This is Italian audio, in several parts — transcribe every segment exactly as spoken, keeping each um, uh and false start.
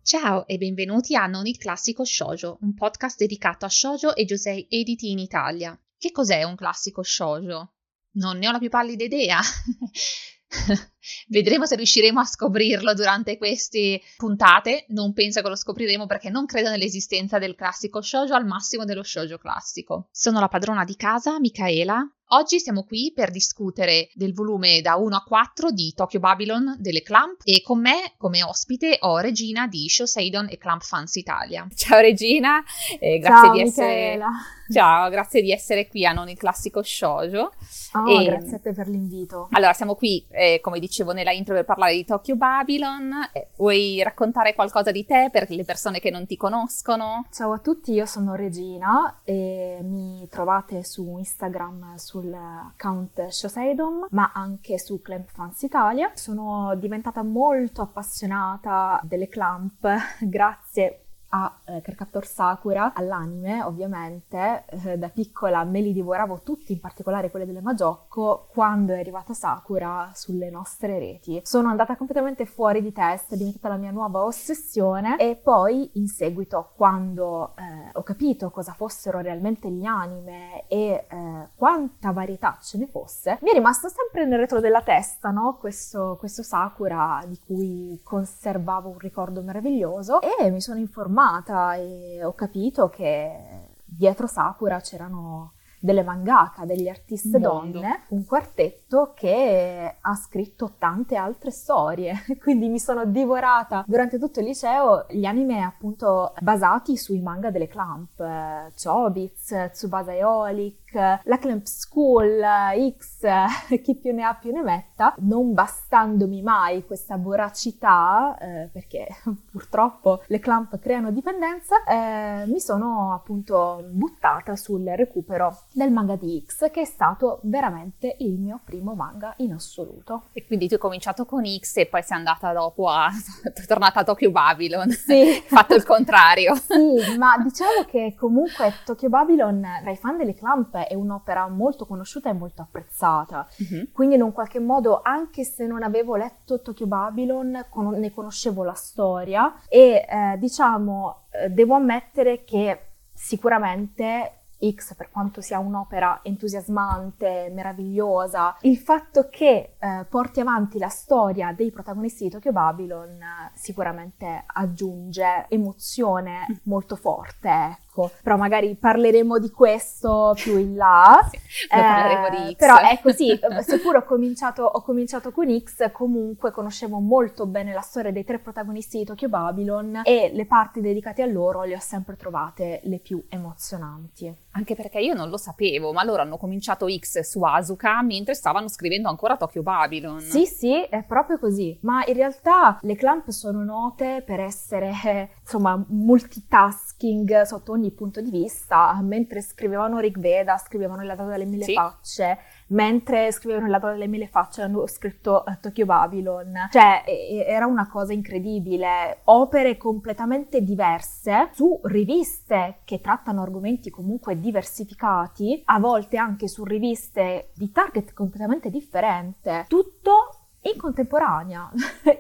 Ciao e benvenuti a Non il classico shoujo, un podcast dedicato a shoujo e josei editi in Italia. Che cos'è un classico shoujo? Non ne ho la più pallida idea. Vedremo se riusciremo a scoprirlo durante queste puntate. Non penso che lo scopriremo perché non credo nell'esistenza del classico shoujo, al massimo dello shoujo classico. Sono la padrona di casa, Micaela. Oggi siamo qui per discutere del volume da uno a quattro di Tokyo Babylon delle Clamp e con me come ospite ho Regina di Shoseidon e Clamp Fans Italia. Ciao Regina, eh, grazie Ciao di essere Micaela. Ciao, grazie di essere qui a Non il classico shoujo. Oh, e... grazie a te per l'invito. Allora, siamo qui, eh, come dicevo nella intro, per parlare di Tokyo Babylon. Eh, vuoi raccontare qualcosa di te per le persone che non ti conoscono? Ciao a tutti, io sono Regina e mi trovate su Instagram sull'account Shoseidon, ma anche su Clamp Fans Italia. Sono diventata molto appassionata delle Clamp grazie a eh, Cardcaptor Sakura, all'anime ovviamente. Eh, da piccola me li divoravo tutti, in particolare quelli delle Majocco. Quando è arrivata Sakura sulle nostre reti sono andata completamente fuori di testa, è diventata la mia nuova ossessione. E poi in seguito, quando eh, ho capito cosa fossero realmente gli anime e eh, quanta varietà ce ne fosse, mi è rimasto sempre nel retro della testa, no? questo, questo Sakura di cui conservavo un ricordo meraviglioso, e mi sono informata e ho capito che dietro Sakura c'erano delle mangaka, degli artiste donne, un quartetto che ha scritto tante altre storie. Quindi mi sono divorata durante tutto il liceo gli anime appunto basati sui manga delle Clamp, Chobits, Tsubasa Eolic, la Clamp School, X, chi più ne ha più ne metta. Non bastandomi mai questa voracità, eh, perché purtroppo le Clamp creano dipendenza, eh, mi sono appunto buttata sul recupero del manga di X, che è stato veramente il mio primo manga in assoluto. E quindi tu hai cominciato con X e poi sei andata dopo a... sei tornata a Tokyo Babylon. Sì. Fatto il contrario. Sì, ma diciamo che comunque Tokyo Babylon tra i fan delle Clamp è un'opera molto conosciuta e molto apprezzata. Mm-hmm. Quindi in un qualche modo, anche se non avevo letto Tokyo Babylon, con- ne conoscevo la storia e eh, diciamo eh, devo ammettere che sicuramente X, per quanto sia un'opera entusiasmante, meravigliosa, il fatto che eh, porti avanti la storia dei protagonisti di Tokyo Babylon eh, sicuramente aggiunge emozione molto forte, ecco. Però magari parleremo di questo più in là. Sì, eh, parleremo di X. Però è così, seppur ho cominciato, ho cominciato con X, comunque conoscevo molto bene la storia dei tre protagonisti di Tokyo Babylon e le parti dedicate a loro le ho sempre trovate le più emozionanti. Anche perché io non lo sapevo, ma loro hanno cominciato X su Asuka mentre stavano scrivendo ancora Tokyo Babylon. Sì, sì, è proprio così. Ma in realtà le Clamp sono note per essere, eh, insomma, multitasking sotto ogni punto di vista. Mentre scrivevano Rig Veda, scrivevano La data delle mille sì. facce. Mentre scrivevano La data delle mille facce hanno scritto uh, Tokyo Babylon. Cioè, e- era una cosa incredibile. Opere completamente diverse su riviste che trattano argomenti comunque diversificati, a volte anche su riviste di target completamente differente, tutto in contemporanea,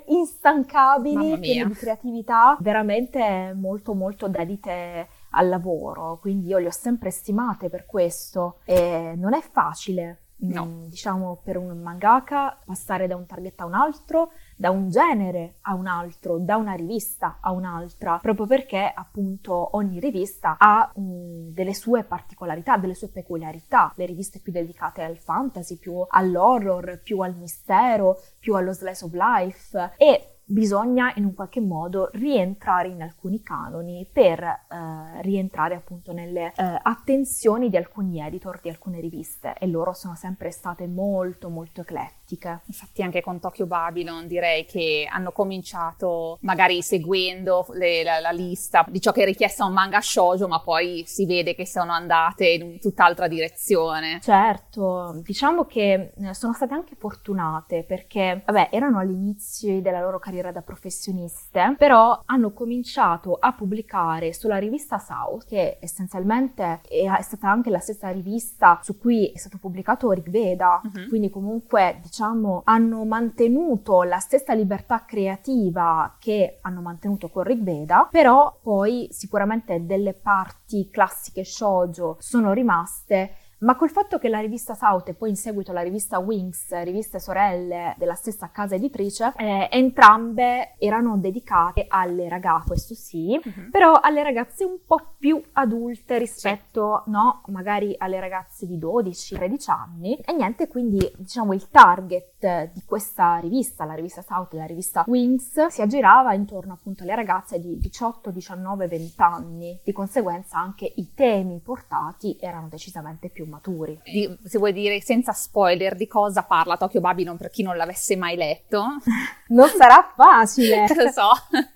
instancabili, pieni di creatività, veramente molto molto dedite al lavoro. Quindi io le ho sempre stimate per questo e non è facile. No. Mh, diciamo, per un mangaka passare da un target a un altro, da un genere a un altro, da una rivista a un'altra, proprio perché appunto ogni rivista ha mh, delle sue particolarità, delle sue peculiarità. Le riviste più dedicate al fantasy, più all'horror, più al mistero, più allo slice of life, e bisogna in un qualche modo rientrare in alcuni canoni per eh, rientrare appunto nelle eh, attenzioni di alcuni editor di alcune riviste, e loro sono sempre state molto molto eclettiche. Infatti anche con Tokyo Babylon direi che hanno cominciato magari seguendo le, la, la lista di ciò che è richiesto a un manga shoujo, ma poi si vede che sono andate in tutt'altra direzione. Certo, diciamo che sono state anche fortunate perché vabbè, erano all'inizio della loro carriera da professioniste, però hanno cominciato a pubblicare sulla rivista South, che essenzialmente è stata anche la stessa rivista su cui è stato pubblicato Rig Veda, uh-huh. Quindi comunque diciamo diciamo, hanno mantenuto la stessa libertà creativa che hanno mantenuto con Rigveda, però poi sicuramente delle parti classiche shoujo sono rimaste. Ma col fatto che la rivista South e poi in seguito la rivista Wings, riviste sorelle della stessa casa editrice, eh, entrambe erano dedicate alle ragazze, questo sì, uh-huh. però alle ragazze un po' più adulte rispetto, sì. no, magari alle ragazze di dodici tredici anni. E niente, quindi diciamo il target di questa rivista, la rivista South e la rivista Wings, si aggirava intorno appunto alle ragazze di diciotto, diciannove, venti anni. Di conseguenza anche i temi portati erano decisamente più maturi. Di, se vuoi dire senza spoiler, di cosa parla Tokyo Babylon per chi non l'avesse mai letto? Non sarà facile. Lo so.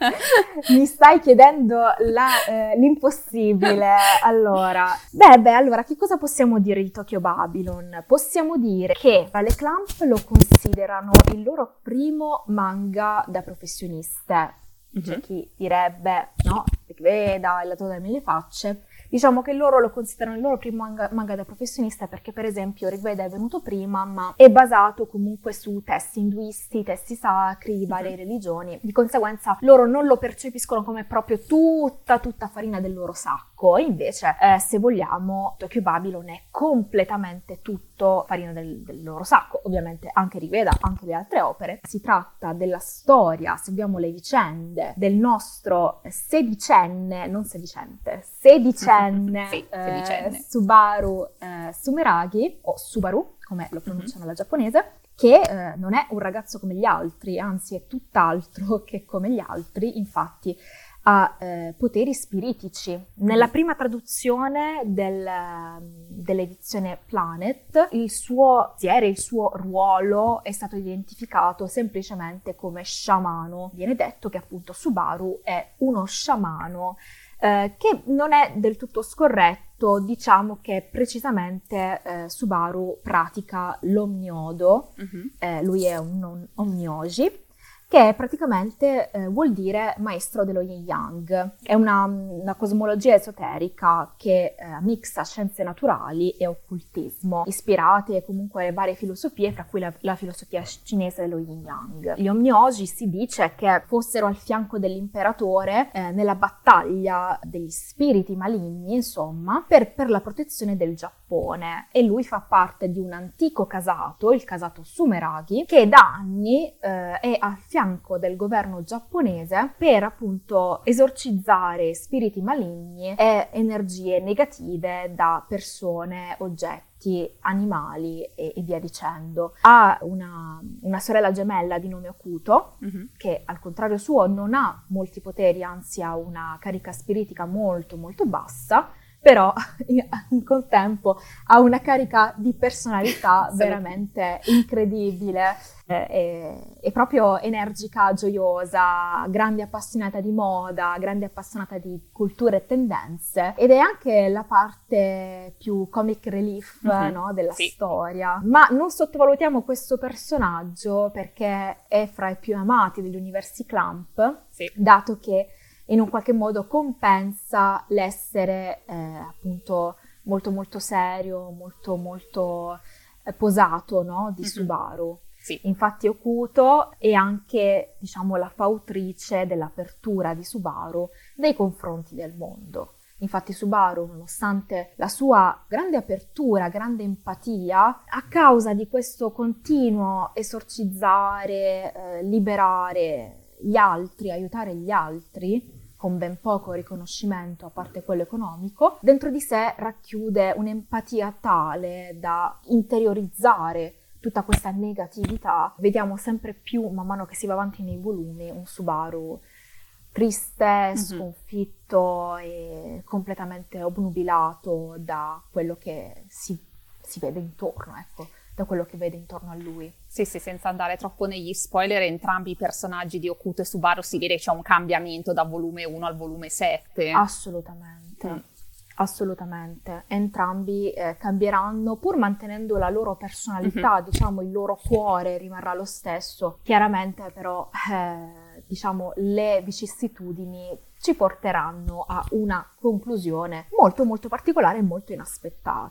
Mi stai chiedendo la, eh, l'impossibile. Allora, beh, beh, allora, che cosa possiamo dire di Tokyo Babylon? Possiamo dire che le Clamp lo considerano il loro primo manga da professioniste. Mm-hmm. C'è chi direbbe, no, Rigveda, il latore delle mille facce. Diciamo che loro lo considerano il loro primo manga, manga da professionista perché per esempio Rigveda è venuto prima, ma è basato comunque su testi induisti, testi sacri, varie mm-hmm. religioni. Di conseguenza loro non lo percepiscono come proprio tutta tutta farina del loro sacco. E invece eh, se vogliamo Tokyo Babylon è completamente tutto farina del, del loro sacco. Ovviamente anche Rigveda, anche le altre opere. Si tratta della storia, seguiamo le vicende del nostro sedicenne, non sedicente, sedicenne Sì, eh, Subaru eh, Sumeragi, o Subaru, come lo pronunciano mm-hmm. la giapponese, che eh, non è un ragazzo come gli altri, anzi è tutt'altro che come gli altri, infatti ha eh, poteri spiritici. Nella prima traduzione del, dell'edizione Planet, il suo mestiere, il suo ruolo è stato identificato semplicemente come sciamano. Viene detto che appunto Subaru è uno sciamano, Eh, che non è del tutto scorretto, diciamo che precisamente eh, Subaru pratica l'omniodo, uh-huh. eh, lui è un, un omnioji, che praticamente eh, vuol dire maestro dello yin yang. È una, una cosmologia esoterica che eh, mixa scienze naturali e occultismo, ispirate comunque a varie filosofie, fra cui la, la filosofia cinese dello yin yang. Gli omnioji si dice che fossero al fianco dell'imperatore eh, nella battaglia degli spiriti maligni, insomma, per, per la protezione del Giappone. E lui fa parte di un antico casato, il casato Sumeragi, che da anni eh, è al fianco del governo giapponese per appunto esorcizzare spiriti maligni e energie negative da persone, oggetti, animali e, e via dicendo. Ha una, una sorella gemella di nome Okuto, mm-hmm. che al contrario suo non ha molti poteri, anzi ha una carica spiritica molto molto bassa, però in contempo ha una carica di personalità veramente incredibile, eh, è, è proprio energica, gioiosa, grande appassionata di moda, grande appassionata di culture e tendenze, ed è anche la parte più comic relief mm-hmm. no, della sì. storia. Ma non sottovalutiamo questo personaggio perché è fra i più amati degli universi Clamp, sì. dato che in un qualche modo compensa l'essere eh, appunto molto molto serio, molto molto eh, posato, no, di mm-hmm. Subaru. Sì. Infatti Okuto è anche, diciamo, la fautrice dell'apertura di Subaru nei confronti del mondo. Infatti Subaru, nonostante la sua grande apertura, grande empatia, a causa di questo continuo esorcizzare, eh, liberare gli altri, aiutare gli altri, con ben poco riconoscimento a parte quello economico, dentro di sé racchiude un'empatia tale da interiorizzare tutta questa negatività. Vediamo sempre più, man mano che si va avanti nei volumi, un Subaru triste, mm-hmm. sconfitto e completamente obnubilato da quello che si, si vede intorno, ecco, da quello che vede intorno a lui. Sì, sì, senza andare troppo negli spoiler, entrambi i personaggi di Okuto e Subaru si vede che c'è un cambiamento da volume uno al volume sette. Assolutamente, mm. assolutamente. Entrambi eh, cambieranno pur mantenendo la loro personalità, mm-hmm. diciamo il loro cuore rimarrà lo stesso. Chiaramente però, eh, diciamo, le vicissitudini ci porteranno a una conclusione molto molto particolare e molto inaspettata, ecco.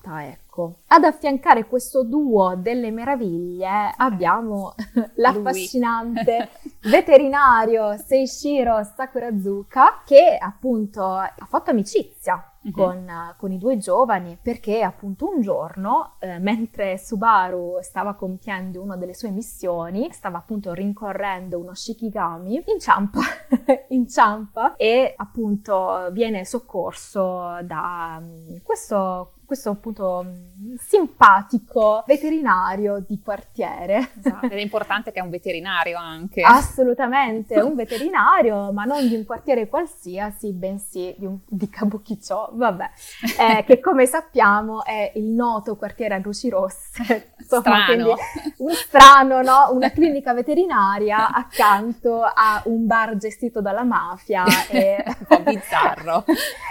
Ecco, ad affiancare questo duo delle meraviglie abbiamo l'affascinante veterinario Seishiro Sakurazuka, che appunto ha fatto amicizia Mm-hmm. Con, con i due giovani, perché appunto un giorno eh, mentre Subaru stava compiendo una delle sue missioni, stava appunto rincorrendo uno shikigami, inciampa, inciampa e appunto viene soccorso da um, questo questo appunto simpatico veterinario di quartiere. Esatto. Ed è importante che è un veterinario anche. Assolutamente, un veterinario, ma non di un quartiere qualsiasi, bensì di, un, di Kabukicho, vabbè, eh, che come sappiamo è il noto quartiere a luci rosse. Insomma, strano. Quindi un strano, no? Una clinica veterinaria accanto a un bar gestito dalla mafia. E un po' bizzarro.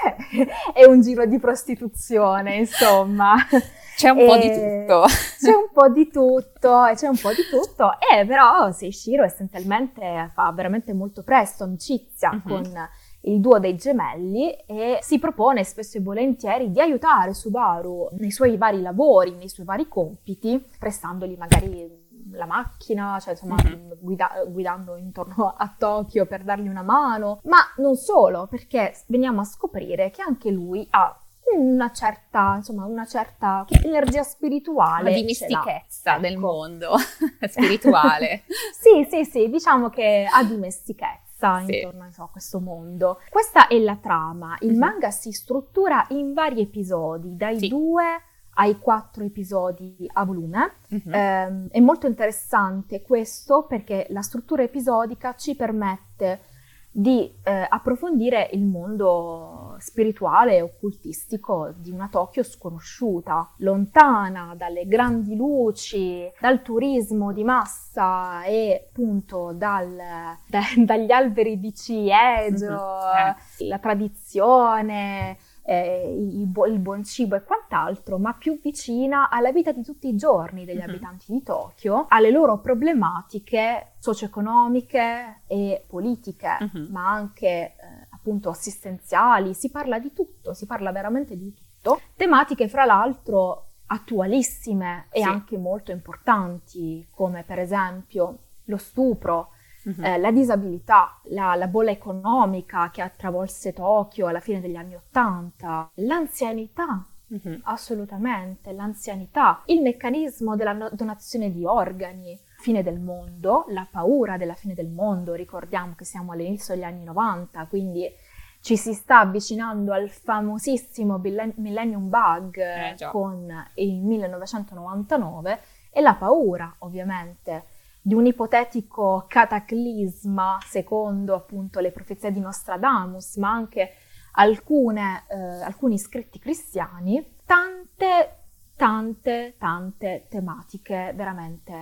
E un giro di prostituzione, insomma. C'è un e po' di tutto. C'è un po' di tutto, e c'è un po' di tutto, e però Seishiro essenzialmente fa veramente molto presto amicizia uh-huh. con il duo dei gemelli e si propone spesso e volentieri di aiutare Subaru nei suoi vari lavori, nei suoi vari compiti, prestandogli magari la macchina, cioè insomma uh-huh. guida- guidando intorno a Tokyo per dargli una mano, ma non solo, perché veniamo a scoprire che anche lui ha una certa, insomma, una certa energia spirituale. Una dimestichezza ecco. del mondo spirituale. Sì, sì, sì, diciamo che ha dimestichezza sì. intorno insomma, a questo mondo. Questa è la trama. Il uh-huh. manga si struttura in vari episodi, dai sì. due ai quattro episodi a volume. Uh-huh. Eh, è molto interessante questo perché la struttura episodica ci permette di eh, approfondire il mondo spirituale e occultistico di una Tokyo sconosciuta, lontana dalle grandi luci, dal turismo di massa e appunto dal, da, dagli alberi di ciliegio, mm-hmm. eh. la tradizione, eh, il, il buon cibo e quant'altro, ma più vicina alla vita di tutti i giorni degli mm-hmm. abitanti di Tokyo, alle loro problematiche socio-economiche e politiche, mm-hmm. ma anche eh, appunto assistenziali. Si parla di tutto, si parla veramente di tutto. Tematiche fra l'altro attualissime e sì. anche molto importanti, come per esempio lo stupro, Uh-huh. Eh, la disabilità, la, la bolla economica che travolse Tokyo alla fine degli anni Ottanta, l'anzianità, uh-huh. assolutamente, l'anzianità, il meccanismo della no- donazione di organi, fine del mondo, la paura della fine del mondo, ricordiamo che siamo all'inizio degli anni novanta, quindi ci si sta avvicinando al famosissimo Millennium Bug eh, con il millenovecentonovantanove e la paura, ovviamente, di un ipotetico cataclisma, secondo appunto le profezie di Nostradamus, ma anche alcune, eh, alcuni scritti cristiani, tante, tante, tante tematiche veramente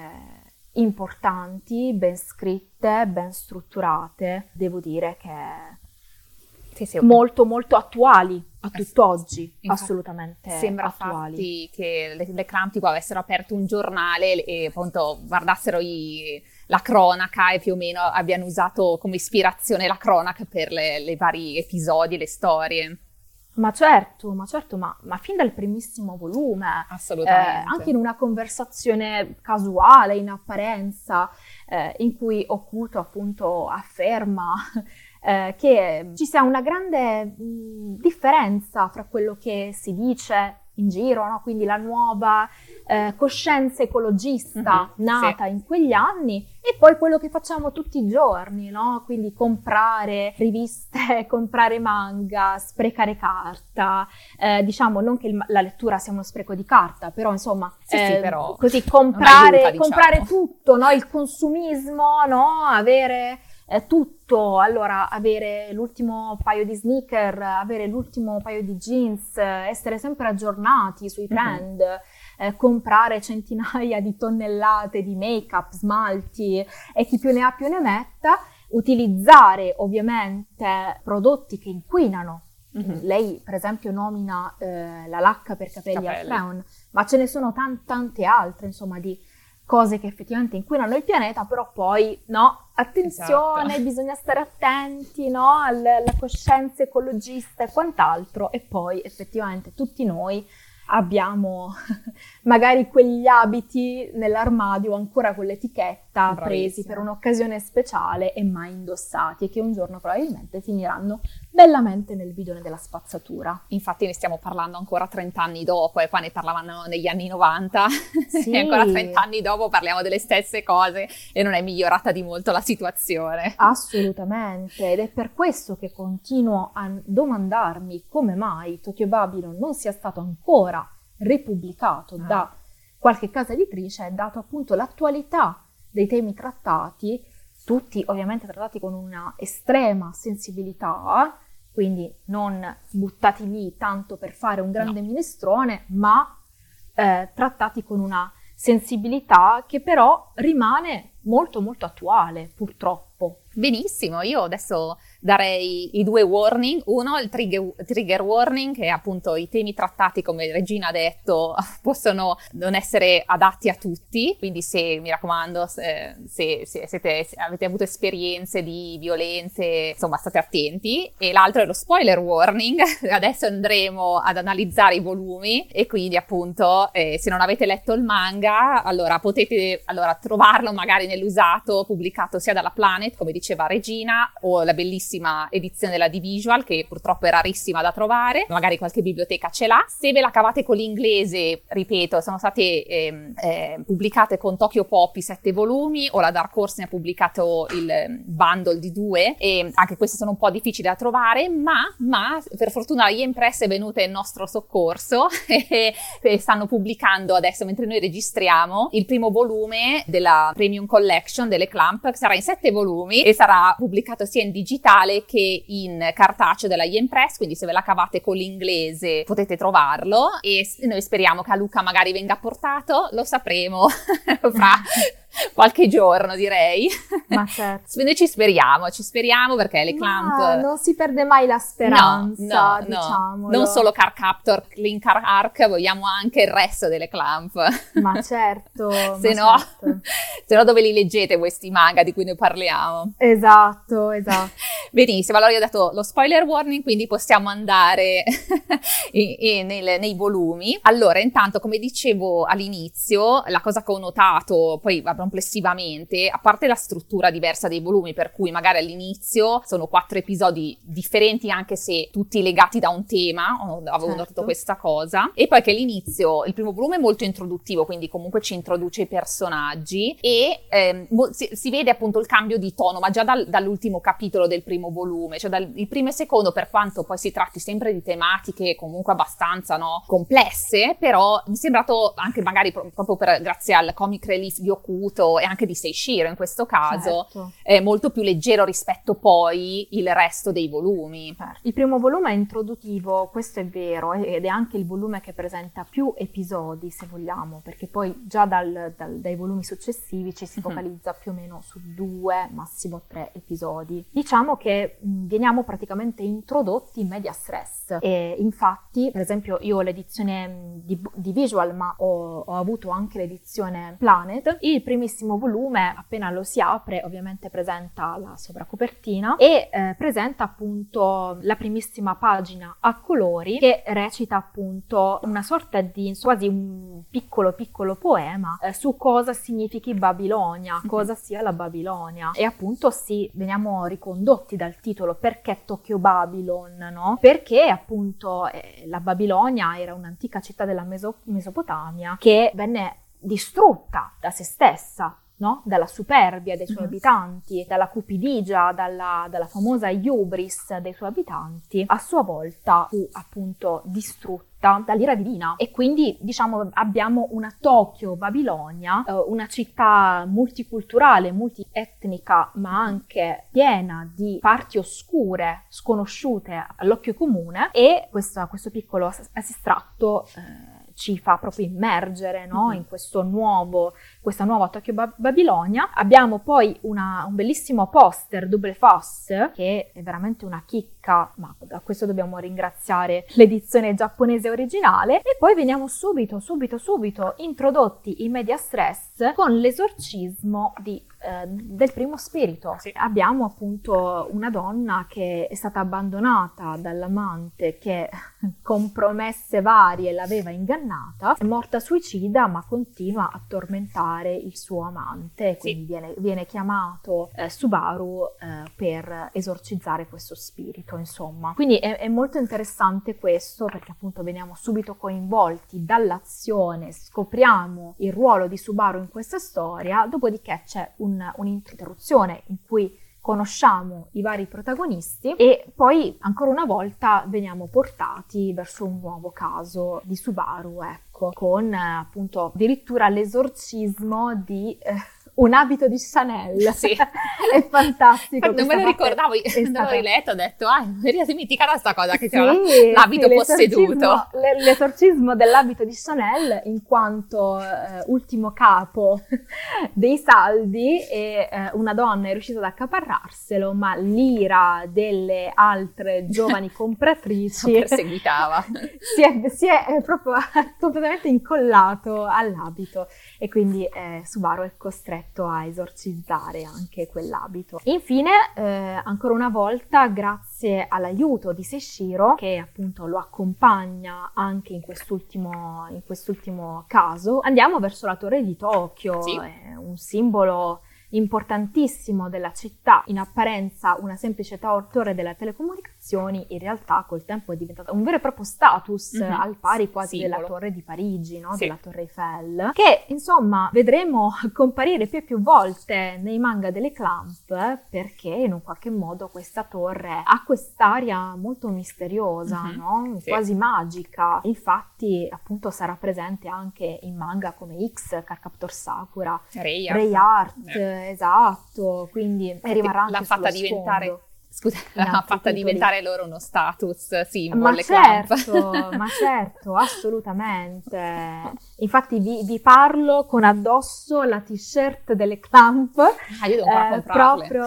importanti, ben scritte, ben strutturate, devo dire che sì, sì, molto, molto attuali a tutt'oggi, infatti, assolutamente sembra attuali. Infatti che le, le Cram tipo avessero aperto un giornale e appunto guardassero i, la cronaca e più o meno abbiano usato come ispirazione la cronaca per le, le vari episodi, le storie. Ma certo, ma certo, ma, ma fin dal primissimo volume, assolutamente. Eh, anche in una conversazione casuale, in apparenza, eh, in cui Okuto appunto afferma eh, che ci sia una grande mh, differenza fra quello che si dice in giro, no? Quindi la nuova eh, coscienza ecologista mm-hmm, nata sì. in quegli anni e poi quello che facciamo tutti i giorni, no? Quindi comprare riviste, comprare manga, sprecare carta, eh, diciamo non che il, la lettura sia uno spreco di carta, però insomma sì, eh, sì, però così comprare, aiuta, comprare diciamo. tutto, no? Il consumismo, no? Avere eh, tutto, allora avere l'ultimo paio di sneaker, avere l'ultimo paio di jeans, essere sempre aggiornati sui trend, mm-hmm. eh, comprare centinaia di tonnellate di make-up, smalti e chi più ne ha più ne metta, utilizzare ovviamente prodotti che inquinano. Mm-hmm. Lei per esempio nomina eh, la lacca per capelli, capelli. a Freon, ma ce ne sono tan- tante altre, insomma, di cose che effettivamente inquinano il pianeta, però poi, no, attenzione, esatto. bisogna stare attenti, no, alla, alla coscienza ecologista e quant'altro, e poi effettivamente tutti noi abbiamo magari quegli abiti nell'armadio ancora con l'etichetta, Bravissima. presi per un'occasione speciale e mai indossati, e che un giorno probabilmente finiranno bellamente nel bidone della spazzatura. Infatti ne stiamo parlando ancora trenta anni dopo, e qua ne parlavano negli anni novanta, Sì. e ancora trenta anni dopo parliamo delle stesse cose e non è migliorata di molto la situazione. Assolutamente, ed è per questo che continuo a domandarmi come mai Tokyo Babylon non sia stato ancora ripubblicato Ah. da qualche casa editrice, dato appunto l'attualità dei temi trattati, tutti ovviamente trattati con una estrema sensibilità, quindi non buttati lì tanto per fare un grande No. minestrone, ma eh, trattati con una sensibilità che però rimane molto molto attuale, purtroppo. Benissimo, io adesso darei i due warning. Uno, il trigger, trigger warning, che è appunto i temi trattati, come Regina ha detto, possono non essere adatti a tutti, quindi se, mi raccomando, se, se, se, siete, se avete avuto esperienze di violenze, insomma, state attenti. E l'altro è lo spoiler warning. Adesso andremo ad analizzare i volumi e quindi appunto eh, se non avete letto il manga, allora potete allora trovarlo magari nell'usato pubblicato sia dalla Planet, come diceva Regina, o la bellissima edizione della D-Visual, che purtroppo è rarissima da trovare, magari qualche biblioteca ce l'ha. Se ve la cavate con l'inglese, ripeto, sono state eh, eh, pubblicate con Tokyo Pop i sette volumi, o la Dark Horse ne ha pubblicato il bundle di due, e anche queste sono un po' difficili da trovare, ma, ma per fortuna la Yen Press è venuta in nostro soccorso e, e stanno pubblicando adesso, mentre noi registriamo, il primo volume della Premium Collection delle Clamp, che sarà in sette volumi e sarà pubblicato sia in digitale che in cartaceo della Yen Press, quindi se ve la cavate con l'inglese potete trovarlo, e noi speriamo che a Luca magari venga portato, lo sapremo fra qualche giorno, direi. Ma certo. Noi ci speriamo, ci speriamo, perché le Clamp... Ma non si perde mai la speranza, no, no, diciamolo. non solo Car Captor, Clean Car Arc, vogliamo anche il resto delle Clamp. Ma certo, se, ma no, certo. se no dove li leggete questi manga di cui noi parliamo? Esatto, esatto. Benissimo, allora io ho dato lo spoiler warning, quindi possiamo andare in, in, nel, nei volumi. Allora, intanto, come dicevo all'inizio, la cosa che ho notato poi complessivamente, a parte la struttura diversa dei volumi, per cui magari all'inizio sono quattro episodi differenti, anche se tutti legati da un tema, avevo Certo. notato questa cosa, e poi che l'inizio, il primo volume è molto introduttivo, quindi comunque ci introduce i personaggi, e ehm, si, si vede appunto il cambio di tono, ma già dal, dall'ultimo capitolo del primo volume, cioè dal il primo e secondo, per quanto poi si tratti sempre di tematiche comunque abbastanza, no, complesse, però mi è sembrato anche magari pro- proprio per, grazie al comic relief di Okuto e anche di Seishiro in questo caso, Certo. è molto più leggero rispetto poi il resto dei volumi. Il primo volume è introduttivo, questo è vero, ed è anche il volume che presenta più episodi, se vogliamo, perché poi già dal, dal, dai volumi successivi ci si focalizza più o meno su due, massimo tre episodi. Diciamo che mh, veniamo praticamente introdotti in medias res, e infatti, per esempio, io ho l'edizione di, di Visual, ma ho, ho avuto anche l'edizione Planet. Il primissimo volume, appena lo si apre, ovviamente presenta la sovracopertina e eh, presenta appunto la primissima pagina a colori, che recita appunto una sorta di quasi un piccolo piccolo poema eh, su cosa significhi Babilonia, cosa sia la Babilonia, e appunto sì, veniamo ricondotti dal titolo perché Tokyo Babylon, no? Perché appunto eh, la Babilonia era un'antica città della Meso- Mesopotamia che venne distrutta da se stessa, no? Dalla superbia dei suoi mm-hmm. abitanti, dalla cupidigia, dalla, dalla famosa hubris dei suoi abitanti. A sua volta fu appunto distrutta dall'ira divina, e quindi diciamo abbiamo una Tokyo Babilonia, eh, una città multiculturale, multietnica, ma anche piena di parti oscure, sconosciute all'occhio comune, e questo, questo piccolo estratto eh, ci fa proprio immergere, no? In questo nuovo, questa nuova Tokyo Ba- Babilonia. Abbiamo poi una, un bellissimo poster double face che è veramente una chicca, ma a questo dobbiamo ringraziare l'edizione giapponese originale. E poi veniamo subito, subito, subito introdotti in medias res con l'esorcismo di Eh, del primo spirito. Sì. Abbiamo appunto una donna che è stata abbandonata dall'amante che con promesse varie l'aveva ingannata, è morta suicida ma continua a tormentare il suo amante, quindi sì. viene, viene chiamato eh, Subaru eh, per esorcizzare questo spirito, insomma. Quindi è, è molto interessante questo, perché appunto veniamo subito coinvolti dall'azione, scopriamo il ruolo di Subaru in questa storia, dopodiché c'è un Un, un'interruzione in cui conosciamo i vari protagonisti e poi ancora una volta veniamo portati verso un nuovo caso di Subaru, ecco, con eh, appunto addirittura l'esorcismo di eh, un abito di Chanel. Sì. È fantastico. Non me lo ricordavo, quando stata... l'ho riletto ho detto, ah, mi ero dimenticata sta cosa che sì, c'era l'abito sì, posseduto. L'esorcismo, l'esorcismo dell'abito di Chanel in quanto eh, ultimo capo dei saldi e eh, una donna è riuscita ad accaparrarselo, ma l'ira delle altre giovani compratrici perseguitava. si è, si è proprio completamente incollato all'abito e quindi eh, Subaru è costretto a esorcizzare anche quell'abito. Infine, eh, ancora una volta, grazie all'aiuto di Seishiro, che appunto lo accompagna anche in quest'ultimo, in quest'ultimo caso, andiamo verso la torre di Tokyo, sì. È un simbolo importantissimo della città, in apparenza una semplice torre delle telecomunicazioni, in realtà col tempo è diventata un vero e proprio status, mm-hmm. al pari quasi Simbolo. della torre di Parigi, no? Sì. Della torre Eiffel, che insomma vedremo comparire più e più volte nei manga delle Clamp, perché in un qualche modo questa torre ha quest'aria molto misteriosa, mm-hmm. no? Sì. Quasi magica. Infatti appunto sarà presente anche in manga come X, Cardcaptor Sakura, Rei Art, Rei Art eh. esatto, quindi rimarrà anche l'ha fatta sullo diventare sfondo. Scusa, l'ha fatta diventare loro uno status simbolo. Ma le certo, ma certo, assolutamente. Infatti vi, vi parlo con addosso la t-shirt delle Clamp. Ah, io devo ancora eh, comprarle. proprio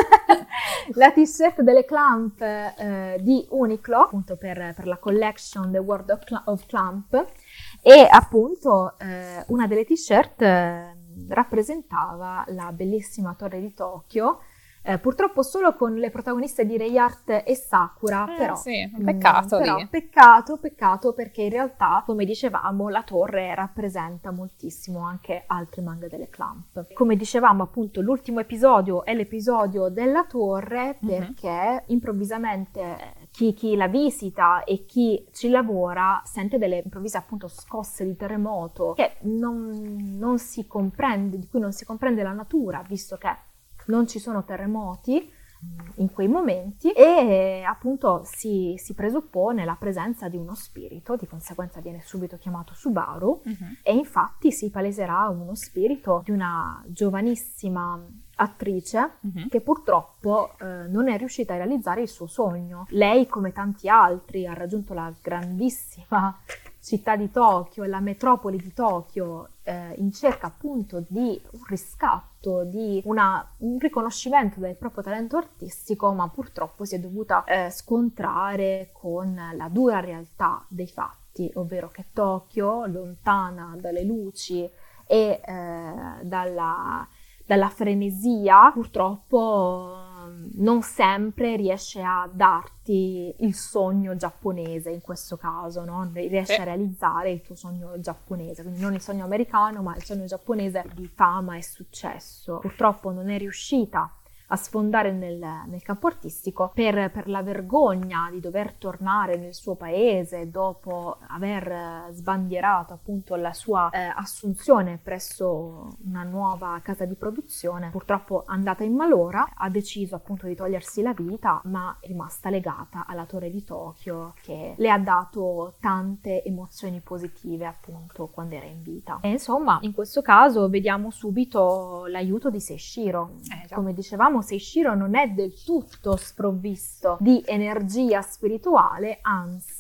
la t-shirt delle Clamp eh, di Uniqlo, appunto per, per la collection The World of, Cl- of Clamp, e appunto eh, una delle t-shirt eh, rappresentava la bellissima torre di Tokyo, eh, purtroppo solo con le protagoniste di Rei Art e Sakura, eh, però, sì, un peccato mh, però lì. peccato, peccato perché in realtà, come dicevamo, la torre rappresenta moltissimo anche altri manga delle Clamp. Come dicevamo appunto, l'ultimo episodio è l'episodio della torre, perché mm-hmm. improvvisamente chi, chi la visita e chi ci lavora sente delle improvvise appunto scosse di terremoto che non, non si comprende, di cui non si comprende la natura, visto che non ci sono terremoti in quei momenti, e appunto si, si presuppone la presenza di uno spirito, di conseguenza viene subito chiamato Subaru, uh-huh. e infatti si paleserà uno spirito di una giovanissima attrice uh-huh. che purtroppo eh, non è riuscita a realizzare il suo sogno. Lei, come tanti altri, ha raggiunto la grandissima città di Tokyo, la metropoli di Tokyo, eh, in cerca appunto di un riscatto, di una, un riconoscimento del proprio talento artistico, ma purtroppo si è dovuta eh, scontrare con la dura realtà dei fatti, ovvero che Tokyo, lontana dalle luci e eh, dalla, dalla frenesia, purtroppo non sempre riesce a darti il sogno giapponese, in questo caso, no? Riesce sì. a realizzare il tuo sogno giapponese, quindi non il sogno americano, ma il sogno giapponese di fama e successo. Purtroppo non è riuscita a sfondare nel, nel campo artistico per, per la vergogna di dover tornare nel suo paese dopo aver sbandierato appunto la sua eh, assunzione presso una nuova casa di produzione. Purtroppo andata in malora, ha deciso appunto di togliersi la vita, ma è rimasta legata alla torre di Tokyo che le ha dato tante emozioni positive appunto quando era in vita. E insomma, in questo caso vediamo subito l'aiuto di Seishiro. Eh, come dicevamo, Seishiro non è del tutto sprovvisto di energia spirituale, anzi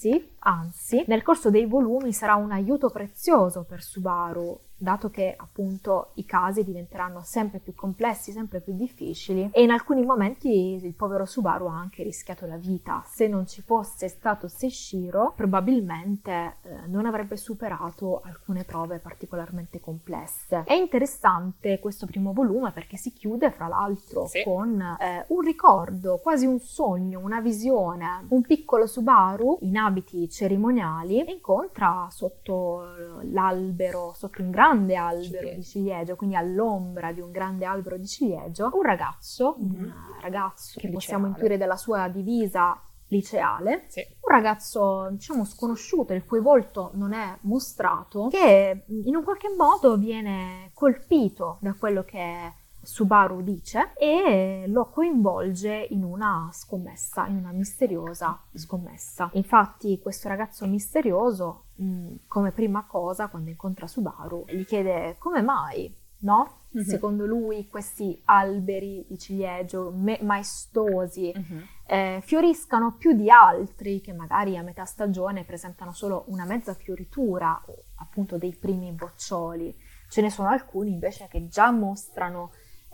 Anzi, nel corso dei volumi sarà un aiuto prezioso per Subaru, dato che appunto i casi diventeranno sempre più complessi, sempre più difficili, e in alcuni momenti il povero Subaru ha anche rischiato la vita. Se non ci fosse stato Seishiro, probabilmente eh, non avrebbe superato alcune prove particolarmente complesse. È interessante questo primo volume perché si chiude fra l'altro sì. con eh, un ricordo, quasi un sogno, una visione. Un piccolo Subaru in abiti cerimoniali incontra sotto l'albero, sotto un grande grande albero di ciliegio, quindi all'ombra di un grande albero di ciliegio, un ragazzo, mm-hmm. un ragazzo che possiamo intuire dalla sua divisa liceale, sì. un ragazzo diciamo sconosciuto, il cui volto non è mostrato, che in un qualche modo viene colpito da quello che Subaru dice e lo coinvolge in una scommessa, in una misteriosa scommessa. Infatti questo ragazzo misterioso, mh, come prima cosa, quando incontra Subaru, gli chiede come mai, no? Mm-hmm. Secondo lui questi alberi di ciliegio me- maestosi mm-hmm. eh, fioriscano più di altri che magari a metà stagione presentano solo una mezza fioritura o appunto dei primi boccioli. Ce ne sono alcuni invece che già mostrano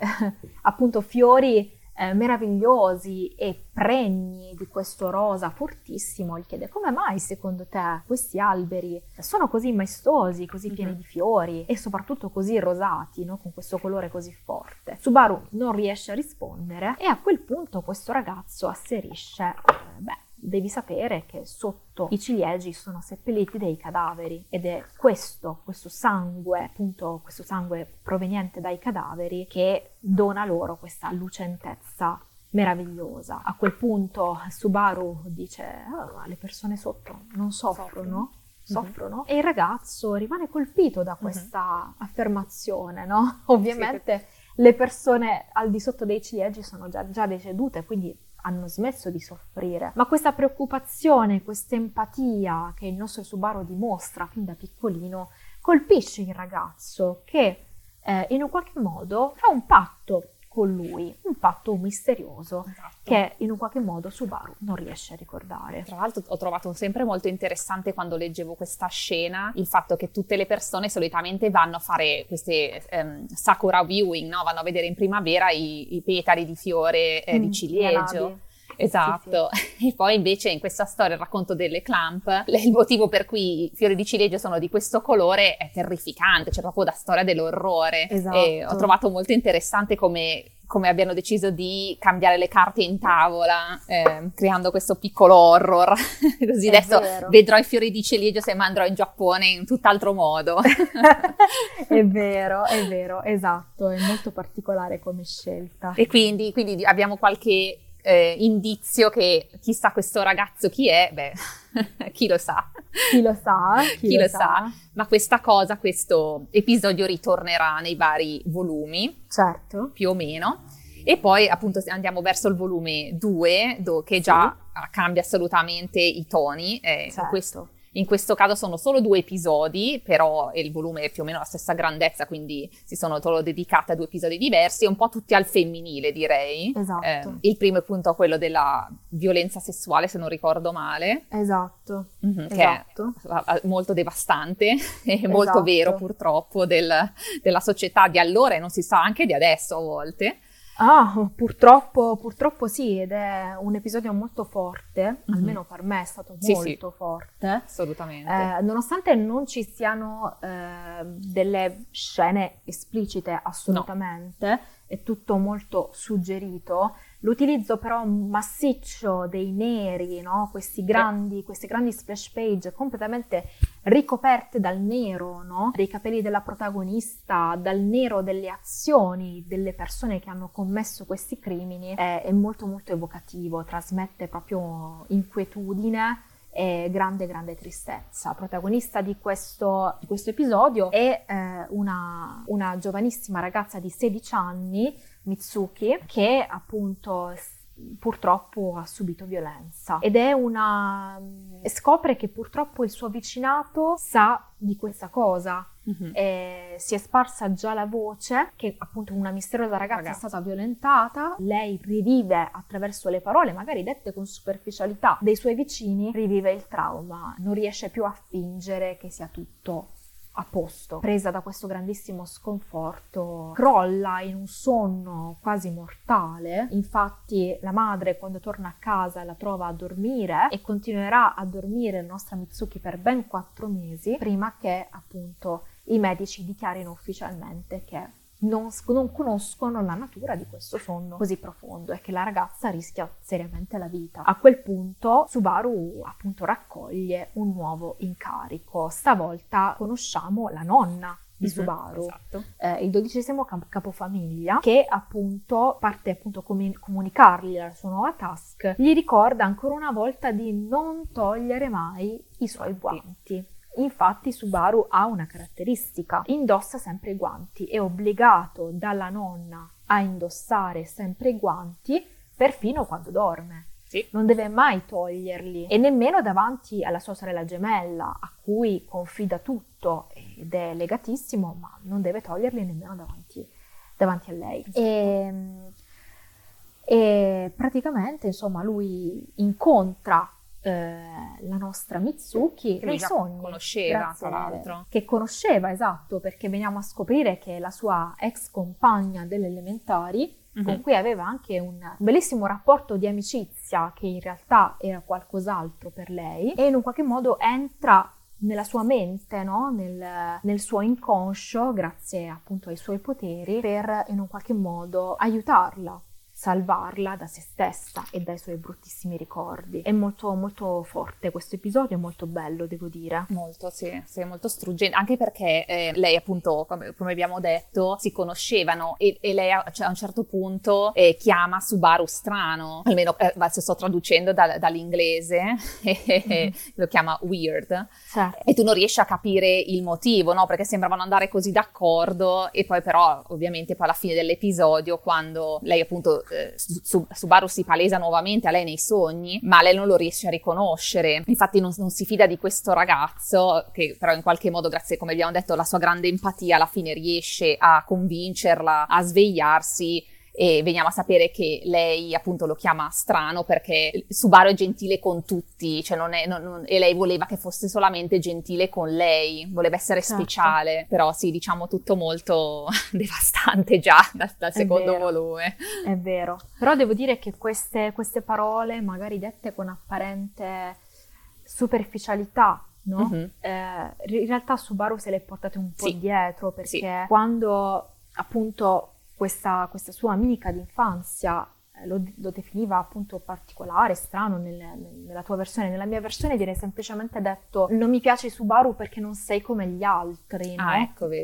appunto fiori eh, meravigliosi e pregni di questo rosa fortissimo. Gli chiede come mai secondo te questi alberi sono così maestosi, così pieni mm-hmm. di fiori e soprattutto così rosati, no? Con questo colore così forte. Subaru non riesce a rispondere e a quel punto questo ragazzo asserisce eh, beh devi sapere che sotto i ciliegi sono seppelliti dei cadaveri ed è questo, questo sangue, appunto questo sangue proveniente dai cadaveri che dona loro questa lucentezza meravigliosa. A quel punto Subaru dice oh, le persone sotto non soffrono, soffrono mm-hmm. e il ragazzo rimane colpito da questa mm-hmm. affermazione, no? Ovviamente sì. le persone al di sotto dei ciliegi sono già, già decedute, quindi hanno smesso di soffrire, ma questa preoccupazione, questa empatia che il nostro Subaru dimostra fin da piccolino colpisce il ragazzo che eh, in un qualche modo fa un patto con lui, un patto misterioso esatto. che in un qualche modo Subaru non riesce a ricordare. Tra l'altro ho trovato sempre molto interessante quando leggevo questa scena il fatto che tutte le persone solitamente vanno a fare queste um, sakura viewing, no? Vanno a vedere in primavera i, i petali di fiore eh, mm, di ciliegio. Esatto, sì, sì. E poi invece in questa storia, il racconto delle Clamp, il motivo per cui i fiori di ciliegio sono di questo colore è terrificante, c'è proprio da storia dell'orrore. Esatto. E ho trovato molto interessante come, come abbiano deciso di cambiare le carte in tavola, eh, creando questo piccolo horror, così è adesso vero. Vedrò i fiori di ciliegio se mai andrò in Giappone in tutt'altro modo. È vero, è vero, esatto, è molto particolare come scelta. E quindi, quindi abbiamo qualche... Eh, indizio che chissà questo ragazzo chi è, beh, chi lo sa. Chi lo sa, chi, chi lo, lo sa. sa. Ma questa cosa, questo episodio ritornerà nei vari volumi, certo, più o meno, e poi appunto andiamo verso il volume due, do, che già sì. cambia assolutamente i toni. Eh, certo. in questo In questo caso sono solo due episodi, però il volume è più o meno la stessa grandezza, quindi si sono solo dedicate a due episodi diversi, un po' tutti al femminile, direi. Esatto. Eh, il primo è appunto quello della violenza sessuale, se non ricordo male. Esatto. Mm-hmm, esatto. Che è molto devastante e esatto. molto vero, purtroppo, del, della società di allora e non si sa anche di adesso a volte. Ah, purtroppo, purtroppo sì, ed è un episodio molto forte, mm-hmm. almeno per me è stato sì, molto sì. forte. Assolutamente. Eh, nonostante non ci siano eh, delle scene esplicite assolutamente, no. È tutto molto suggerito. L'utilizzo però massiccio dei neri, no? Questi grandi, sì. queste grandi splash page completamente ricoperte dal nero, no? Dei capelli della protagonista, dal nero delle azioni delle persone che hanno commesso questi crimini, è, è molto molto evocativo, trasmette proprio inquietudine e grande grande tristezza. Protagonista di questo, di questo episodio è eh, una, una giovanissima ragazza di sedici anni, Mitsuki, che appunto purtroppo ha subito violenza ed è una scopre che purtroppo il suo vicinato sa di questa cosa. Mm-hmm. E si è sparsa già la voce che appunto una misteriosa ragazza, ragazza è stata violentata. Lei rivive attraverso le parole, magari dette con superficialità, dei suoi vicini, rivive il trauma, non riesce più a fingere che sia tutto a posto. Presa da questo grandissimo sconforto, crolla in un sonno quasi mortale. Infatti la madre, quando torna a casa, la trova a dormire e continuerà a dormire la nostra Mitsuki per ben quattro mesi prima che appunto i medici dichiarino ufficialmente che non, non conoscono la natura di questo sonno così profondo e che la ragazza rischia seriamente la vita. A quel punto Subaru appunto raccoglie un nuovo incarico. Stavolta conosciamo la nonna di Subaru, esatto. eh, il dodicesimo cap- capofamiglia, che appunto parte appunto com- comunicargli la sua nuova task, gli ricorda ancora una volta di non togliere mai i suoi guanti. Infatti Subaru ha una caratteristica: indossa sempre i guanti, è obbligato dalla nonna a indossare sempre i guanti perfino quando dorme. Sì. Non deve mai toglierli e nemmeno davanti alla sua sorella gemella, a cui confida tutto ed è legatissimo, ma non deve toglierli nemmeno davanti, davanti a lei. Esatto. E, e praticamente insomma lui incontra Eh, la nostra Mitsuki che nei già sogni, conosceva, grazie, tra l'altro. che conosceva, esatto, perché veniamo a scoprire che la sua ex compagna delle elementari, Mm-hmm. con cui aveva anche un bellissimo rapporto di amicizia che in realtà era qualcos'altro per lei, e in un qualche modo entra nella sua mente, no? nel, nel suo inconscio, grazie appunto ai suoi poteri, per in un qualche modo aiutarla, salvarla da se stessa e dai suoi bruttissimi ricordi. È molto molto forte questo episodio, è molto bello, devo dire. Molto, sì, sì, molto struggente, anche perché eh, lei appunto, come, come abbiamo detto, si conoscevano e, e lei a, cioè, a un certo punto eh, chiama Subaru strano, almeno eh, se sto traducendo da, dall'inglese, mm-hmm. lo chiama weird, certo. E tu non riesci a capire il motivo, no? Perché sembravano andare così d'accordo, e poi però ovviamente poi alla fine dell'episodio, quando lei appunto Subaru si palesa nuovamente a lei nei sogni, ma lei non lo riesce a riconoscere. Infatti non, non si fida di questo ragazzo, che però in qualche modo, grazie, come abbiamo detto, alla sua grande empatia, alla fine riesce a convincerla a svegliarsi. E veniamo a sapere che lei appunto lo chiama strano perché Subaru è gentile con tutti, cioè non è, non, non, e lei voleva che fosse solamente gentile con lei, voleva essere certo. speciale, però sì, diciamo tutto molto devastante già dal, dal secondo vero. volume. È vero, però devo dire che queste, queste parole, magari dette con apparente superficialità, no? Mm-hmm. Eh, in realtà Subaru se le è portate un po' sì. dietro, perché sì. quando appunto Questa, questa sua amica d'infanzia eh, lo, lo definiva appunto particolare, strano nel, nel, nella tua versione. Nella mia versione viene semplicemente detto: non mi piace Subaru perché non sei come gli altri, no? Ah, ecco, vedi.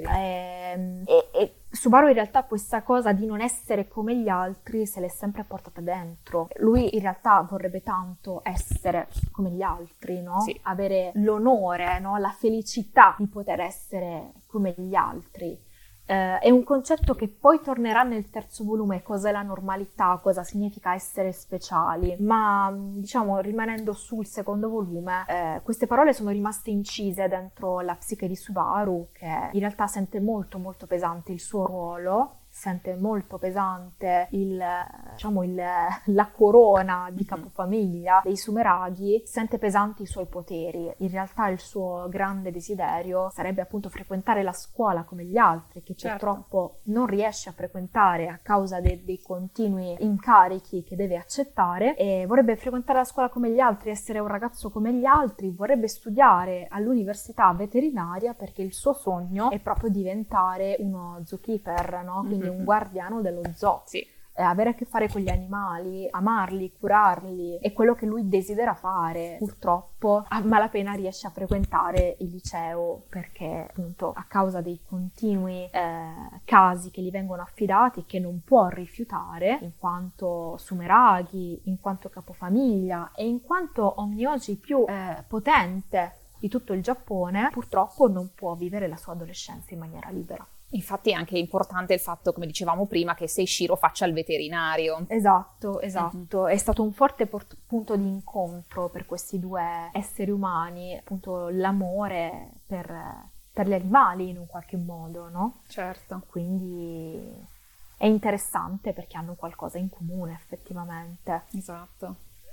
E, e, e Subaru in realtà questa cosa di non essere come gli altri se l'è sempre portata dentro. Lui in realtà vorrebbe tanto essere come gli altri, no? Sì. Avere l'onore, no? La felicità di poter essere come gli altri. Uh, è un concetto che poi tornerà nel terzo volume, cos'è la normalità, cosa significa essere speciali, ma diciamo rimanendo sul secondo volume eh, queste parole sono rimaste incise dentro la psiche di Subaru, che in realtà sente molto molto pesante il suo ruolo, sente molto pesante il, diciamo il, la corona di capofamiglia dei Sumeraghi, sente pesanti i suoi poteri. In realtà il suo grande desiderio sarebbe appunto frequentare la scuola come gli altri, che certo. purtroppo non riesce a frequentare a causa de- dei continui incarichi che deve accettare, e vorrebbe frequentare la scuola come gli altri, essere un ragazzo come gli altri, vorrebbe studiare all'università veterinaria perché il suo sogno è proprio diventare uno zookeeper, no? Quindi un guardiano dello zoo. Sì. Eh, avere a che fare con gli animali, amarli, curarli, è quello che lui desidera fare. Purtroppo a malapena riesce a frequentare il liceo perché appunto a causa dei continui eh, casi che gli vengono affidati, che non può rifiutare in quanto Sumeraghi, in quanto capofamiglia e in quanto Onmyoji più eh, potente di tutto il Giappone, purtroppo non può vivere la sua adolescenza in maniera libera. Infatti è anche importante il fatto, come dicevamo prima, che Seishiro faccia il veterinario. Esatto, esatto. Mm-hmm. È stato un forte port- punto di incontro per questi due esseri umani, appunto l'amore per, per gli animali in un qualche modo, no? Certo. Quindi è interessante perché hanno qualcosa in comune effettivamente. Esatto.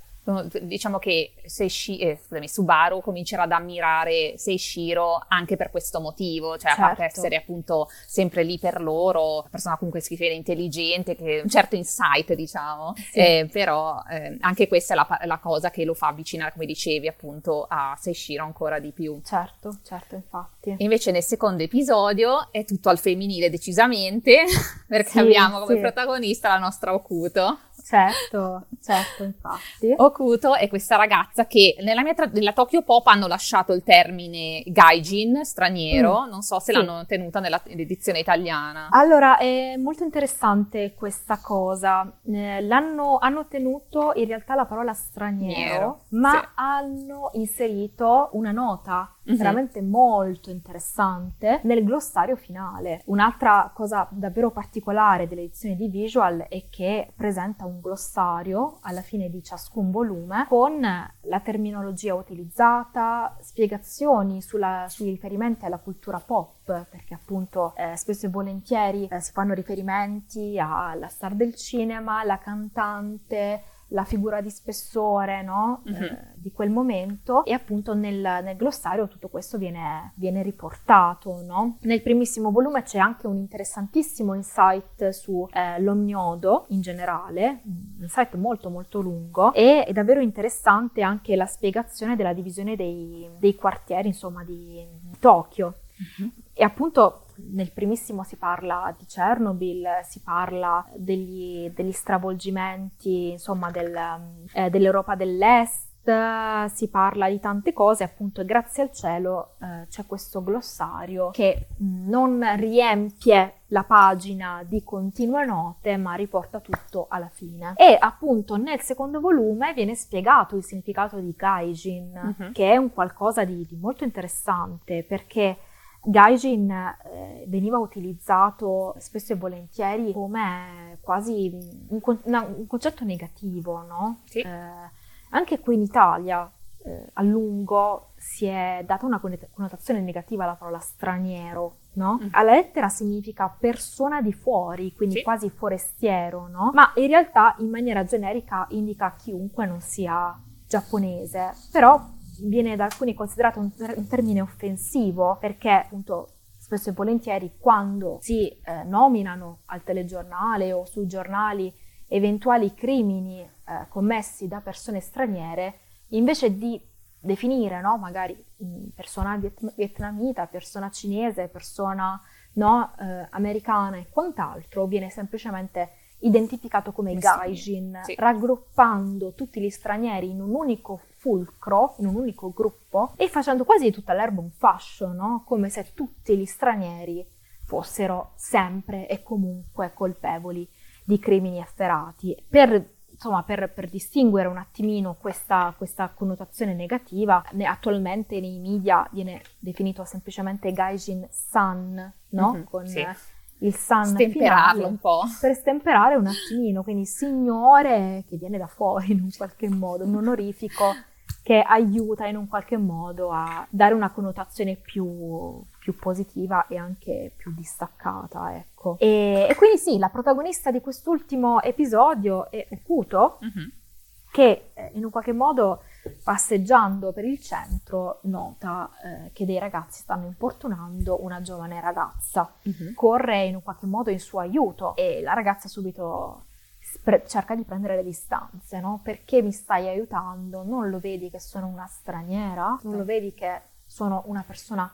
Diciamo che Seishi, eh, scusami, Subaru comincerà ad ammirare Seishiro anche per questo motivo, cioè certo. A parte essere appunto sempre lì per loro, una persona comunque si vede intelligente, che un certo insight diciamo, sì. eh, però eh, anche questa è la, la cosa che lo fa avvicinare, come dicevi, appunto a Seishiro ancora di più. Certo, certo, infatti. E invece nel secondo episodio è tutto al femminile decisamente, perché sì, abbiamo come sì. protagonista la nostra Okuto. Certo, certo, infatti. Okuto è questa ragazza che nella, mia tra- nella Tokyo Pop hanno lasciato il termine gaijin, straniero, mm, non so se sì. l'hanno tenuta nella, nell'edizione italiana. Allora, è molto interessante questa cosa. Eh, l'hanno hanno tenuto in realtà la parola straniero, Niero, ma sì. hanno inserito una nota mm-hmm. veramente molto interessante nel glossario finale. Un'altra cosa davvero particolare dell'edizione di Visual è che presenta un glossario alla fine di ciascun volume con la terminologia utilizzata, spiegazioni sulla, sui riferimenti alla cultura pop, perché appunto eh, spesso e volentieri eh, si fanno riferimenti alla star del cinema, la cantante, la figura di spessore, no? Mm-hmm. eh, di quel momento, e appunto nel, nel glossario tutto questo viene, viene riportato, no? Nel primissimo volume c'è anche un interessantissimo insight su eh, l'Omniodo in generale, un insight molto molto lungo, e è davvero interessante anche la spiegazione della divisione dei, dei quartieri, insomma, di, di Tokyo. Mm-hmm. E appunto nel primissimo si parla di Chernobyl, si parla degli, degli stravolgimenti, insomma, del, eh, dell'Europa dell'Est, si parla di tante cose, appunto, e grazie al cielo eh, c'è questo glossario che non riempie la pagina di continue note, ma riporta tutto alla fine. E appunto nel secondo volume viene spiegato il significato di gaijin, uh-huh. che è un qualcosa di, di molto interessante, perché gaijin eh, veniva utilizzato spesso e volentieri come quasi un, con- una, un concetto negativo, no? Sì. Eh, anche qui in Italia eh, a lungo si è data una connotazione negativa alla parola straniero, no? Mm. Alla lettera significa persona di fuori, quindi sì. quasi forestiero, no? Ma in realtà in maniera generica indica chiunque non sia giapponese, però viene da alcuni considerato un, ter- un termine offensivo, perché appunto spesso e volentieri quando si eh, nominano al telegiornale o sui giornali eventuali crimini eh, commessi da persone straniere, invece di definire, no, magari persona viet- vietnamita, persona cinese, persona no, eh, americana e quant'altro, viene semplicemente identificato come gaijin, sì. raggruppando tutti gli stranieri in un unico fulcro, in un unico gruppo, e facendo quasi di tutta l'erba un fascio, no? Come se tutti gli stranieri fossero sempre e comunque colpevoli di crimini efferati. Per, insomma, per, per distinguere un attimino questa, questa connotazione negativa, ne, attualmente nei media viene definito semplicemente gaijin san, no? Mm-hmm, Con sì. il san stemperarlo finale, un po'. Per stemperare un attimino, quindi signore che viene da fuori in un qualche modo, un onorifico che aiuta in un qualche modo a dare una connotazione più, più positiva e anche più distaccata, ecco. E, e quindi sì, la protagonista di quest'ultimo episodio è Okuto, mm-hmm. che eh, in un qualche modo, passeggiando per il centro, nota eh, che dei ragazzi stanno importunando una giovane ragazza. Mm-hmm. Corre in un qualche modo in suo aiuto e la ragazza subito pre- cerca di prendere le distanze, no? Perché mi stai aiutando? Non lo vedi che sono una straniera? Non lo vedi che sono una persona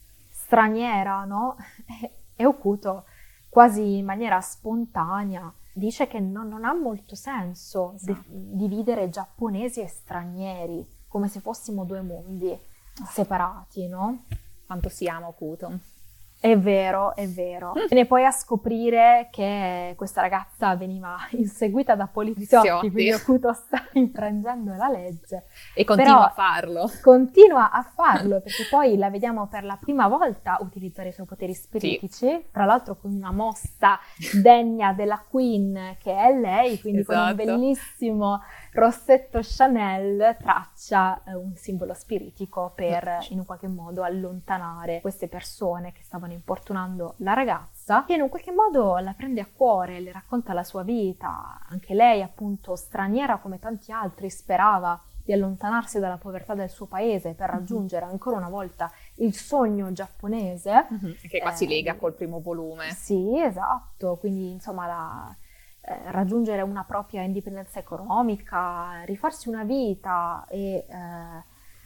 straniera, no? E, e Okuto, quasi in maniera spontanea, dice che non, non ha molto senso de- dividere giapponesi e stranieri, come se fossimo due mondi separati, no? Quanto si ama Okuto. È vero, è vero. Viene poi a scoprire che questa ragazza veniva inseguita da poliziotti, Poliziotti. quindi Okuto sta infrangendo la legge. E continua Però a farlo. Continua a farlo, perché poi la vediamo per la prima volta utilizzare i suoi poteri spiritici, tra l'altro con una mossa degna della Queen che è lei, quindi con un Esatto. bellissimo rossetto Chanel traccia eh, un simbolo spiritico per in un qualche modo allontanare queste persone che stavano importunando la ragazza, che in un qualche modo la prende a cuore, le racconta la sua vita. Anche lei, appunto straniera come tanti altri, sperava di allontanarsi dalla povertà del suo paese per raggiungere ancora una volta il sogno giapponese. Mm-hmm. Che qua Eh, si lega col primo volume. Sì, esatto, quindi insomma la, eh, raggiungere una propria indipendenza economica, rifarsi una vita e eh,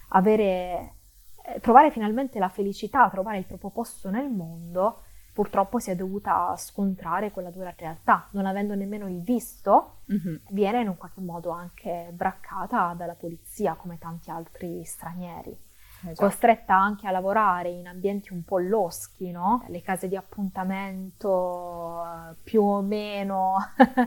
avere, eh, trovare finalmente la felicità, trovare il proprio posto nel mondo. Purtroppo si è dovuta scontrare con la dura realtà, non avendo nemmeno il visto, Mm-hmm. viene in un qualche modo anche braccata dalla polizia come tanti altri stranieri. Esatto. Costretta anche a lavorare in ambienti un po' loschi, no? Le case di appuntamento eh, più o meno,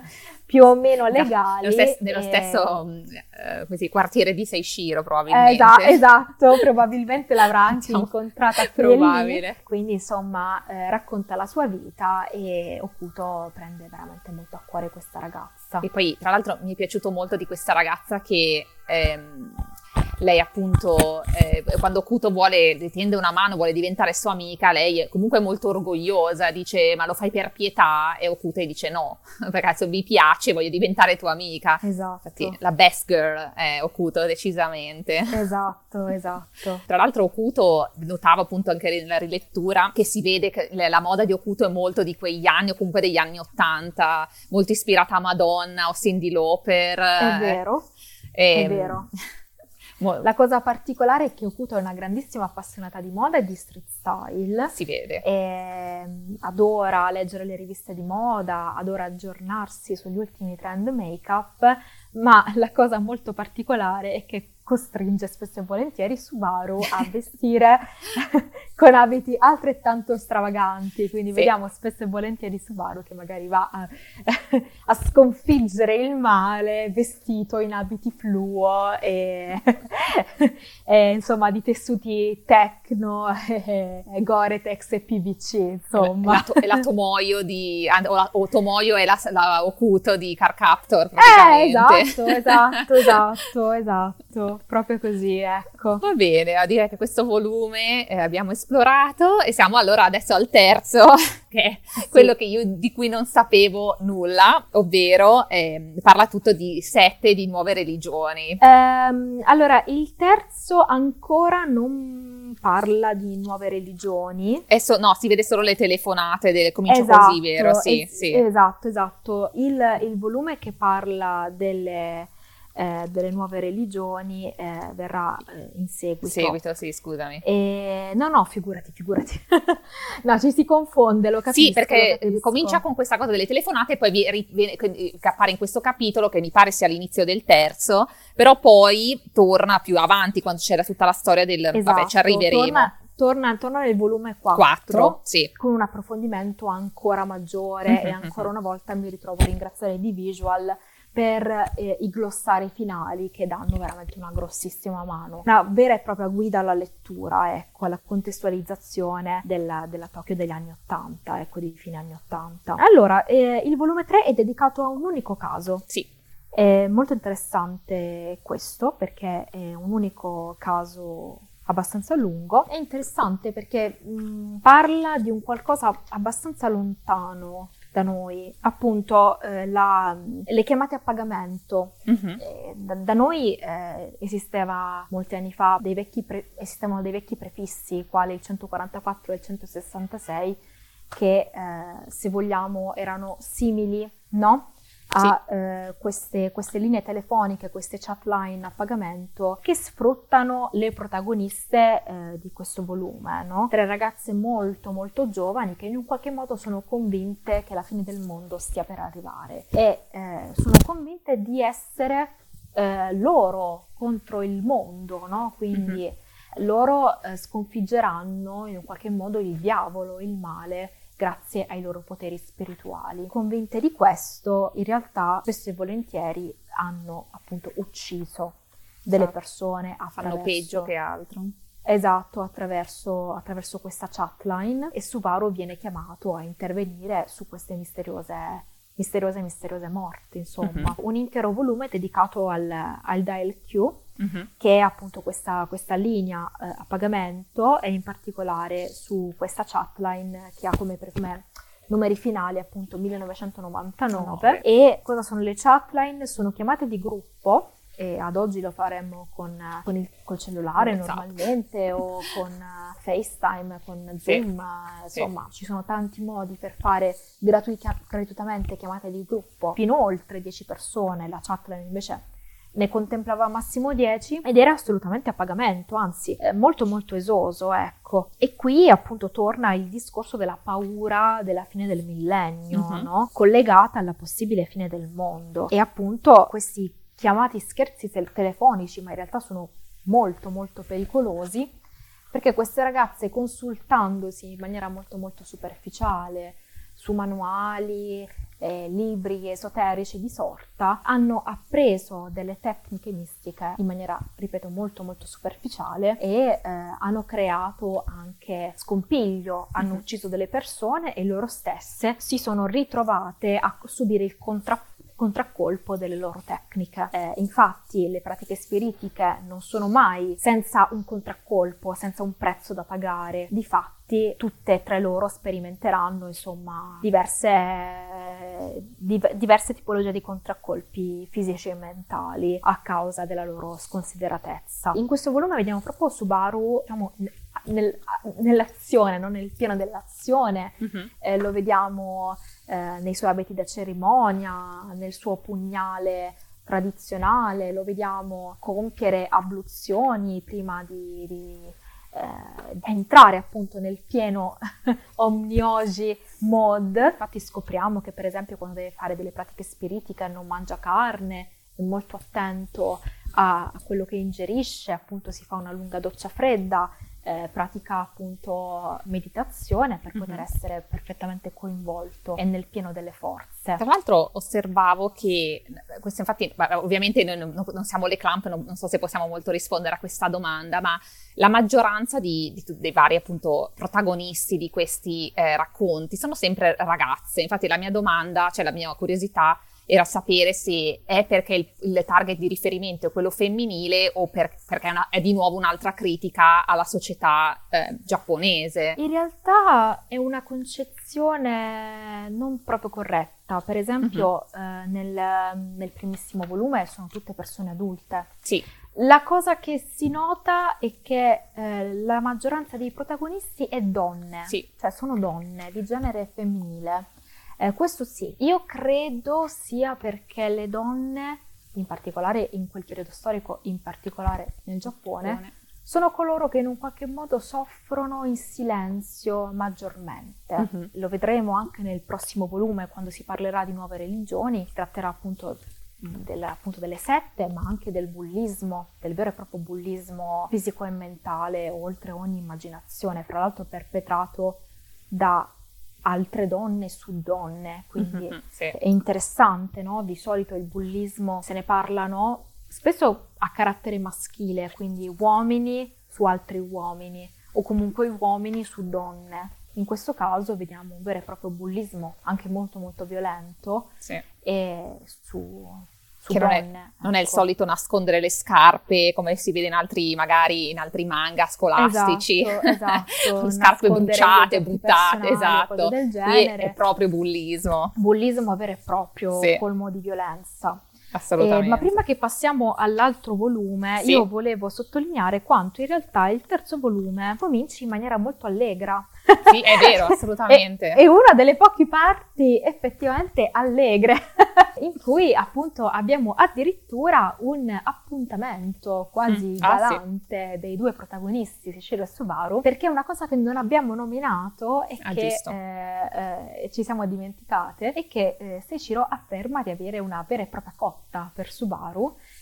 più o meno legali. Nello stesso, nello e- stesso eh, così, quartiere di Seishiro probabilmente. Eh, esa- esatto, probabilmente l'avrà anche Diciamo, incontrata qui e probabile. lì. Quindi insomma eh, racconta la sua vita e Okuto prende veramente molto a cuore questa ragazza. E poi, tra l'altro, mi è piaciuto molto di questa ragazza che ehm, lei appunto, eh, quando Okuto vuole, le tende una mano, vuole diventare sua amica, lei è comunque molto orgogliosa, dice ma lo fai per pietà? E Okuto dice no, perché se mi piace voglio diventare tua amica. Esatto, Infatti la best girl è Okuto, decisamente. esatto, esatto. Tra l'altro Okuto, notavo appunto anche nella rilettura, che si vede che la moda di Okuto è molto di quegli anni, o comunque degli anni Ottanta, molto ispirata a Madonna o Cyndi Lauper. È vero, E, è vero. mo- La cosa particolare è che Okuto è una grandissima appassionata di moda e di street style. si vede. E mm, adora leggere le riviste di moda, adora aggiornarsi sugli ultimi trend make-up, ma la cosa molto particolare è che costringe spesso e volentieri Subaru a vestire con abiti altrettanto stravaganti, quindi Sì. vediamo spesso e volentieri Subaru che magari va a, a sconfiggere il male vestito in abiti fluo e, e insomma di tessuti techno e, e Gore-Tex e P V C, insomma. La, to- è la Tomoyo di, o, la, o Tomoyo è la, la Okuto di Car Captor Eh, praticamente. esatto, esatto, esatto, esatto, proprio così, ecco. Va bene, a dire che questo volume eh, abbiamo esplorato e siamo allora adesso al terzo, che è quello che io, di cui non sapevo nulla, ovvero eh, parla tutto di sette di nuove religioni. Ehm, allora, il terzo ancora non parla di nuove religioni. Adesso no, si vede solo le telefonate, del, comincia Esatto, così, vero? Sì, es- sì. Esatto, esatto. Il, il volume che parla delle, eh, delle nuove religioni eh, verrà eh, in seguito. Seguito, sì, scusami. E, no, no, figurati, figurati. No, ci si confonde, lo capisco. Sì, perché lo capisco. comincia con questa cosa delle telefonate e poi vi- ri- viene- che appare in questo capitolo che mi pare sia all'inizio del terzo, però poi torna più avanti quando c'era tutta la storia del... Esatto, vabbè, ci arriveremo. Torna, torna, torna nel volume quattro, Quattro, sì. con un approfondimento ancora maggiore e Mhm, ancora una volta mi ritrovo a ringraziare di Visual per eh, i glossari finali che danno veramente una grossissima mano. Una vera e propria guida alla lettura, ecco, alla contestualizzazione della, della Tokyo degli anni Ottanta, ecco, di fine anni Ottanta. Allora, eh, il volume tre è dedicato a un unico caso. Sì. È molto interessante questo perché è un unico caso abbastanza lungo. È interessante perché mh, parla di un qualcosa abbastanza lontano da noi, appunto eh, la- le chiamate a pagamento. Mhm. Eh, da, da noi eh, esisteva molti anni fa dei vecchi pre- esistevano dei vecchi prefissi quali il centoquarantaquattro e il centosessantasei che eh, se vogliamo erano simili, no? a eh, queste, queste linee telefoniche, queste chat line a pagamento che sfruttano le protagoniste eh, di questo volume, no? Tre ragazze molto molto giovani che in un qualche modo sono convinte che la fine del mondo stia per arrivare e eh, sono convinte di essere eh, loro contro il mondo, no? Quindi Mhm. loro eh, sconfiggeranno in un qualche modo il diavolo, il male, grazie ai loro poteri spirituali. Convinte di questo, in realtà spesso e volentieri hanno appunto ucciso delle Esatto. persone, Fanno peggio che altro. Esatto, attraverso, attraverso questa chatline, e Subaru viene chiamato a intervenire su queste misteriose, misteriose, misteriose morti, insomma. Mm-hmm. Un intero volume dedicato al, al Dial Q, Mm-hmm. che è appunto questa, questa linea eh, a pagamento, e in particolare su questa chatline che ha come, come numeri finali appunto millenovecentonovantanove. Nove. E cosa sono le chatline? Sono chiamate di gruppo, e ad oggi lo faremmo con, con il, col cellulare WhatsApp. normalmente, o con uh, FaceTime, con Sì. Zoom, uh, Sì. insomma ci sono tanti modi per fare gratuita- gratuitamente chiamate di gruppo fino oltre dieci persone. La chatline invece ne contemplava massimo dieci ed era assolutamente a pagamento, anzi eh, molto molto esoso, ecco. E qui appunto torna il discorso della paura della fine del millennio, Mm-hmm. no? Collegata alla possibile fine del mondo. E appunto questi chiamati scherzi tel- telefonici, ma in realtà sono molto molto pericolosi, perché queste ragazze, consultandosi in maniera molto molto superficiale su manuali, eh, libri esoterici di sorta, hanno appreso delle tecniche mistiche in maniera, ripeto, molto molto superficiale, e eh, hanno creato anche scompiglio, hanno Mm-hmm. ucciso delle persone, e loro stesse si sono ritrovate a subire il contra contraccolpo delle loro tecniche. Eh, infatti le pratiche spiritiche non sono mai senza un contraccolpo, senza un prezzo da pagare. Difatti tutte e tre loro sperimenteranno insomma diverse, eh, div- diverse tipologie di contraccolpi fisici e mentali a causa della loro sconsideratezza. In questo volume vediamo proprio Subaru, diciamo, nel, nell'azione, no? Nel pieno dell'azione. Mm-hmm. Eh, lo vediamo eh, nei suoi abiti da cerimonia, nel suo pugnale tradizionale, lo vediamo compiere abluzioni prima di, di, eh, di entrare appunto nel pieno omniosi mode. Infatti scopriamo che per esempio quando deve fare delle pratiche spiritiche non mangia carne, è molto attento a, a quello che ingerisce, appunto si fa una lunga doccia fredda, Eh, pratica appunto meditazione per poter Mm-hmm. essere perfettamente coinvolto e nel pieno delle forze. Tra l'altro osservavo che, questo infatti ovviamente noi non, non siamo le Clamp, non, non so se possiamo molto rispondere a questa domanda, ma la maggioranza di, di, dei vari appunto protagonisti di questi eh, racconti sono sempre ragazze. Infatti la mia domanda, cioè la mia curiosità era sapere se è perché il, il target di riferimento è quello femminile o per, perché è, una, è di nuovo un'altra critica alla società eh, giapponese. In realtà è una concezione non proprio corretta. Per esempio, mm-hmm. eh, nel, nel primissimo volume sono tutte persone adulte. Sì. La cosa che si nota è che eh, la maggioranza dei protagonisti è donne, sì. Cioè sono donne di genere femminile. Eh, questo sì, io credo sia perché le donne, in particolare in quel periodo storico, in particolare nel Giappone, Giappone. sono coloro che in un qualche modo soffrono in silenzio maggiormente. Mm-hmm. Lo vedremo anche nel prossimo volume, quando si parlerà di nuove religioni. Si tratterà appunto, del, appunto delle sette, ma anche del bullismo, del vero e proprio bullismo fisico e mentale, oltre ogni immaginazione, fra l'altro perpetrato da altre donne su donne, quindi mm-hmm, sì. È interessante, no? Di solito il bullismo se ne parlano spesso a carattere maschile, quindi uomini su altri uomini o comunque uomini su donne. In questo caso vediamo un vero e proprio bullismo, anche molto molto violento, sì. e su, su che donne. Non è, ecco. non è il solito nascondere le scarpe come si vede in altri, magari in altri manga scolastici. Esatto, esatto. Scarpe bruciate, buttate, esatto. Cose del Qui genere. è proprio bullismo. Bullismo vero e proprio, sì. colmo di violenza. Assolutamente. Eh, ma prima che passiamo all'altro volume, sì. io volevo sottolineare quanto in realtà il terzo volume cominci in maniera molto allegra. Sì, è vero, assolutamente. È, è una delle poche parti effettivamente allegre, in cui appunto abbiamo addirittura un appuntamento quasi mm. ah, galante sì. dei due protagonisti, Seishiro e Subaru, perché una cosa che non abbiamo nominato e ah, che eh, eh, ci siamo dimenticate è che eh, Seishiro afferma di avere una vera e propria cotta per Subaru,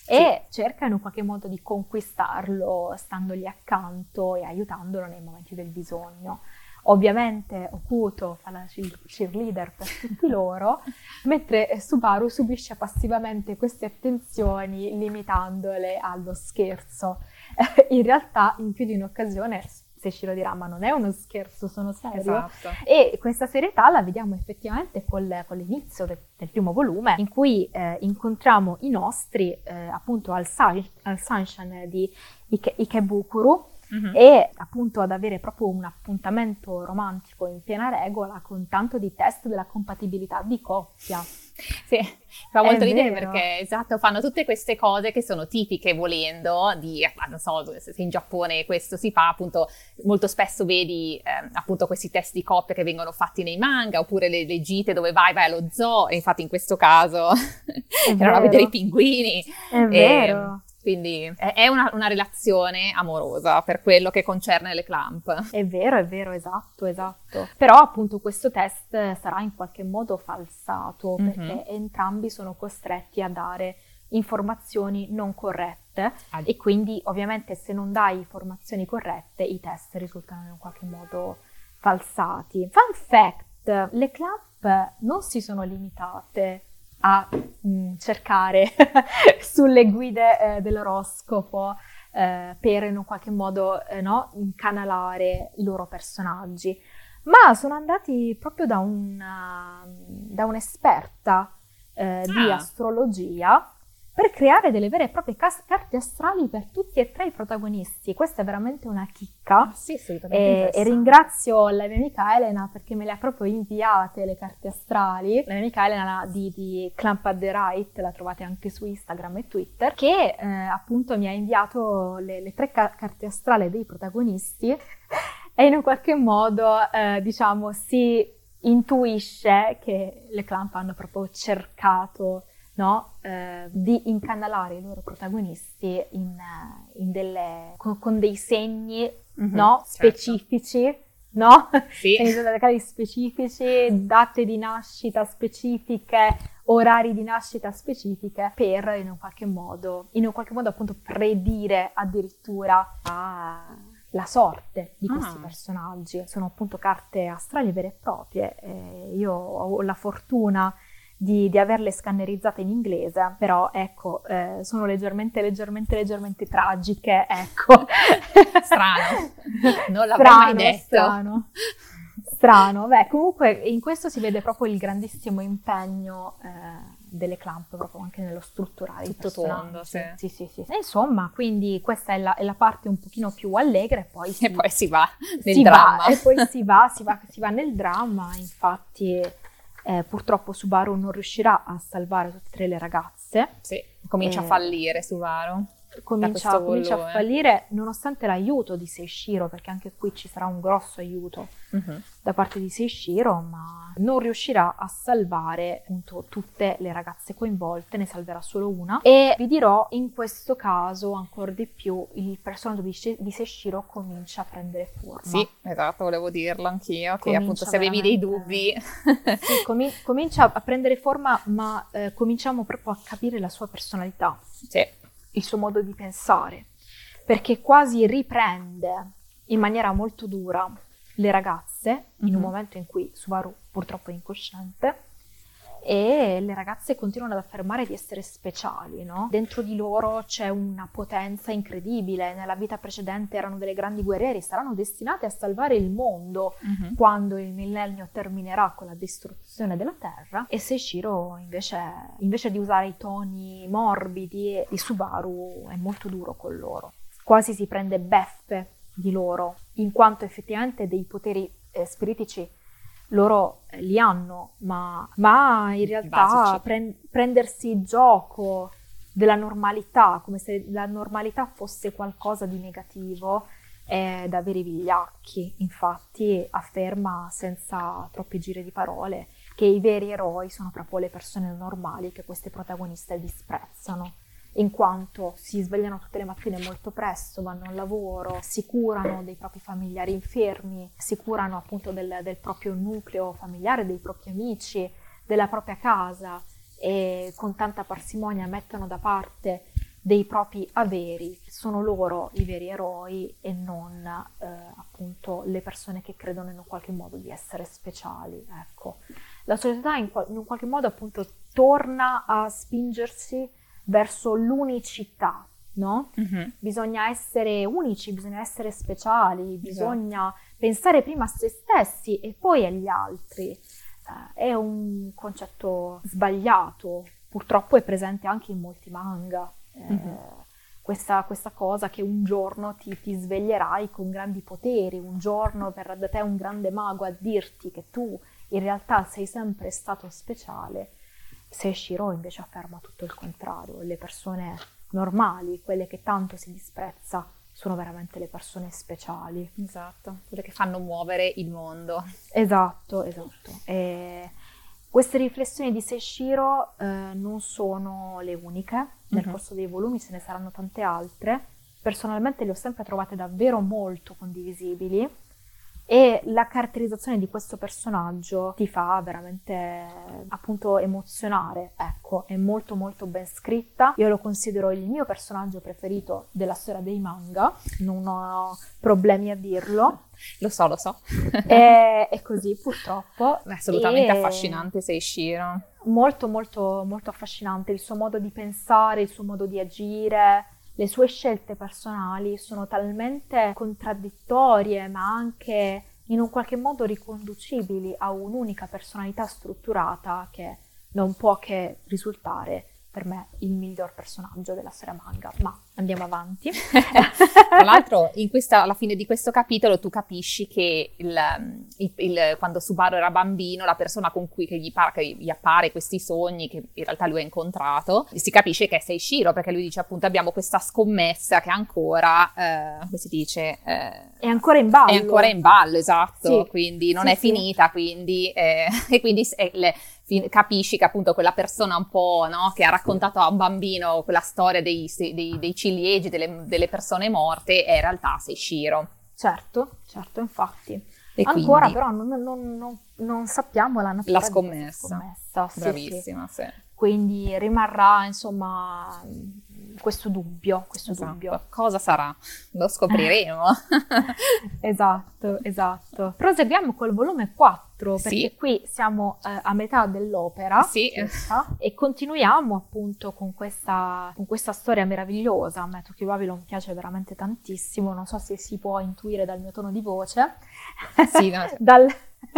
e sì. cercano in qualche modo di conquistarlo standogli accanto e aiutandolo nei momenti del bisogno. Ovviamente Okuto fa la cheerleader per tutti loro, mentre Subaru subisce passivamente queste attenzioni limitandole allo scherzo. In realtà in più di un'occasione Seishiro dirà ma non è uno scherzo, sono serio. Esatto. E questa serietà la vediamo effettivamente col, con l'inizio del, del primo volume, in cui eh, incontriamo i nostri eh, appunto al, sun, al Sunshine di Ike, Ikebukuro, mm-hmm. e appunto ad avere proprio un appuntamento romantico in piena regola con tanto di test della compatibilità di coppia. Sì, fa molto È ridere vero. perché esatto, fanno tutte queste cose che sono tipiche volendo di, non so se in Giappone questo si fa, appunto molto spesso vedi eh, appunto questi test di coppia che vengono fatti nei manga oppure le, le gite dove vai, vai allo zoo, e infatti in questo caso erano a vedere i pinguini. È vero. Quindi è una, una relazione amorosa per quello che concerne le Clamp. È vero, è vero, esatto, esatto. Però appunto questo test sarà in qualche modo falsato, perché mm-hmm. entrambi sono costretti a dare informazioni non corrette ah. e quindi ovviamente se non dai informazioni corrette i test risultano in qualche modo falsati. Fun fact, le Clamp non si sono limitate a mh, cercare sulle guide eh, dell'oroscopo eh, per in un qualche modo eh, no, incanalare i loro personaggi, ma sono andati proprio da, una, da un'esperta eh, di ah. astrologia per creare delle vere e proprie cas- carte astrali per tutti e tre i protagonisti. Questa è veramente una chicca. Ah, sì, sì, e, e ringrazio la mia amica Elena perché me le ha proprio inviate le carte astrali. La mia amica Elena di, di Clamp at the Right, la trovate anche su Instagram e Twitter, che eh, appunto mi ha inviato le, le tre ca- carte astrali dei protagonisti e in un qualche modo eh, diciamo si intuisce che le Clamp hanno proprio cercato no, eh, di incanalare i loro protagonisti in, in delle, con, con dei segni mm-hmm, no, certo. specifici, no? Sì. Segni zodiacali specifici, date di nascita specifiche, orari di nascita specifiche, per in un qualche modo, in un qualche modo appunto predire addirittura ah, la sorte di questi ah. personaggi. Sono appunto carte astrali vere e proprie. Eh, io ho la fortuna Di, di averle scannerizzate in inglese, però ecco, eh, sono leggermente, leggermente, leggermente tragiche, ecco. Strano, non l'avrei strano, mai detto. Strano, strano. Beh, comunque in questo si vede proprio il grandissimo impegno eh, delle Clamp, proprio anche nello strutturare tutto tondo, sì. Sì, sì, sì. E insomma, quindi questa è la, è la parte un pochino più allegra e poi si, e poi si va nel si dramma. Va, e poi si va, si va, si va nel dramma, infatti... Eh, purtroppo Subaru non riuscirà a salvare tutte e tre le ragazze. Sì, comincia eh, a fallire Subaru. Comincia, comincia a fallire nonostante l'aiuto di Seishiro, perché anche qui ci sarà un grosso aiuto uh-huh. da parte di Seishiro, ma non riuscirà a salvare appunto tutte le ragazze coinvolte, ne salverà solo una. E vi dirò, in questo caso ancora di più il personaggio di, She- di Seishiro comincia a prendere forma. Sì, esatto, volevo dirlo anch'io, che comincia appunto se avevi dei dubbi... sì, com- comincia a prendere forma, ma eh, cominciamo proprio a capire la sua personalità. Sì. Il suo modo di pensare, perché quasi riprende in maniera molto dura le ragazze mm-hmm. in un momento in cui Subaru purtroppo è incosciente e le ragazze continuano ad affermare di essere speciali, no? Dentro di loro c'è una potenza incredibile, nella vita precedente erano delle grandi guerriere, saranno destinate a salvare il mondo mm-hmm. quando il millennio terminerà con la distruzione della Terra, e Seishiro invece, invece di usare i toni morbidi di Subaru è molto duro con loro, quasi si prende beffe di loro, in quanto effettivamente dei poteri eh, spiritici loro li hanno, ma, ma in realtà pre- prendersi gioco della normalità, come se la normalità fosse qualcosa di negativo, è da avere i vigliacchi. Infatti afferma senza troppi giri di parole che i veri eroi sono proprio le persone normali che queste protagoniste disprezzano, in quanto si svegliano tutte le mattine molto presto, vanno al lavoro, si curano dei propri familiari infermi, si curano appunto del, del proprio nucleo familiare, dei propri amici, della propria casa, e con tanta parsimonia mettono da parte dei propri averi. Sono loro i veri eroi e non eh, appunto le persone che credono in un qualche modo di essere speciali. Ecco, la società in, qual- in un qualche modo appunto torna a spingersi verso l'unicità, no? Mhm. Bisogna essere unici, bisogna essere speciali, bisogna Esatto. pensare prima a se stessi e poi agli altri. Eh, è un concetto sbagliato, purtroppo è presente anche in molti manga. Eh, Mhm. questa, questa cosa che un giorno ti, ti sveglierai con grandi poteri, un giorno verrà da te un grande mago a dirti che tu in realtà sei sempre stato speciale. Seishiro invece afferma tutto il contrario. Le persone normali, quelle che tanto si disprezza, sono veramente le persone speciali. Esatto, quelle che fanno muovere il mondo. Esatto, esatto. E queste riflessioni di Seishiro eh, non sono le uniche. Nel Mhm. corso dei volumi ce ne saranno tante altre. Personalmente le ho sempre trovate davvero molto condivisibili e la caratterizzazione di questo personaggio ti fa veramente appunto emozionare. Ecco, è molto molto ben scritta. Io lo considero il mio personaggio preferito della storia dei manga, non ho problemi a dirlo. Lo so, lo so. È, è così purtroppo. È assolutamente E affascinante Seishiro. molto molto molto affascinante il suo modo di pensare, il suo modo di agire. Le sue scelte personali sono talmente contraddittorie, ma anche in un qualche modo riconducibili a un'unica personalità strutturata, che non può che risultare per me il miglior personaggio della storia manga. Ma andiamo avanti. Tra l'altro, in questa, alla fine di questo capitolo tu capisci che il, il- il- quando Subaru era bambino, la persona con cui che gli, par- che gli appare questi sogni, che in realtà lui ha incontrato, si capisce che è Seishiro, perché lui dice appunto abbiamo questa scommessa che ancora, eh, come si dice, eh, È ancora in ballo. è ancora in ballo, esatto, Sì. quindi non Sì, è sì. finita, quindi, eh, e quindi eh, le- fin- capisci che appunto quella persona un po', no, che ha raccontato a un bambino quella storia dei, dei, dei ciliegi, delle, delle persone morte, è in realtà Seishiro. Certo, certo, infatti. E Ancora quindi, però non, non- non- non sappiamo la natura la di scommessa. questa scommessa. Sì, sì. Bravissima, sì. Quindi rimarrà insomma questo dubbio, questo Esatto. dubbio. Cosa sarà? Lo scopriremo. Esatto, esatto. Proseguiamo col volume quattro, perché Sì. qui siamo eh, a metà dell'opera Sì. circa, e continuiamo appunto con questa, con questa storia meravigliosa. A me Tokyo Babylon piace veramente tantissimo, non so se si può intuire dal mio tono di voce, Sì, no. dal,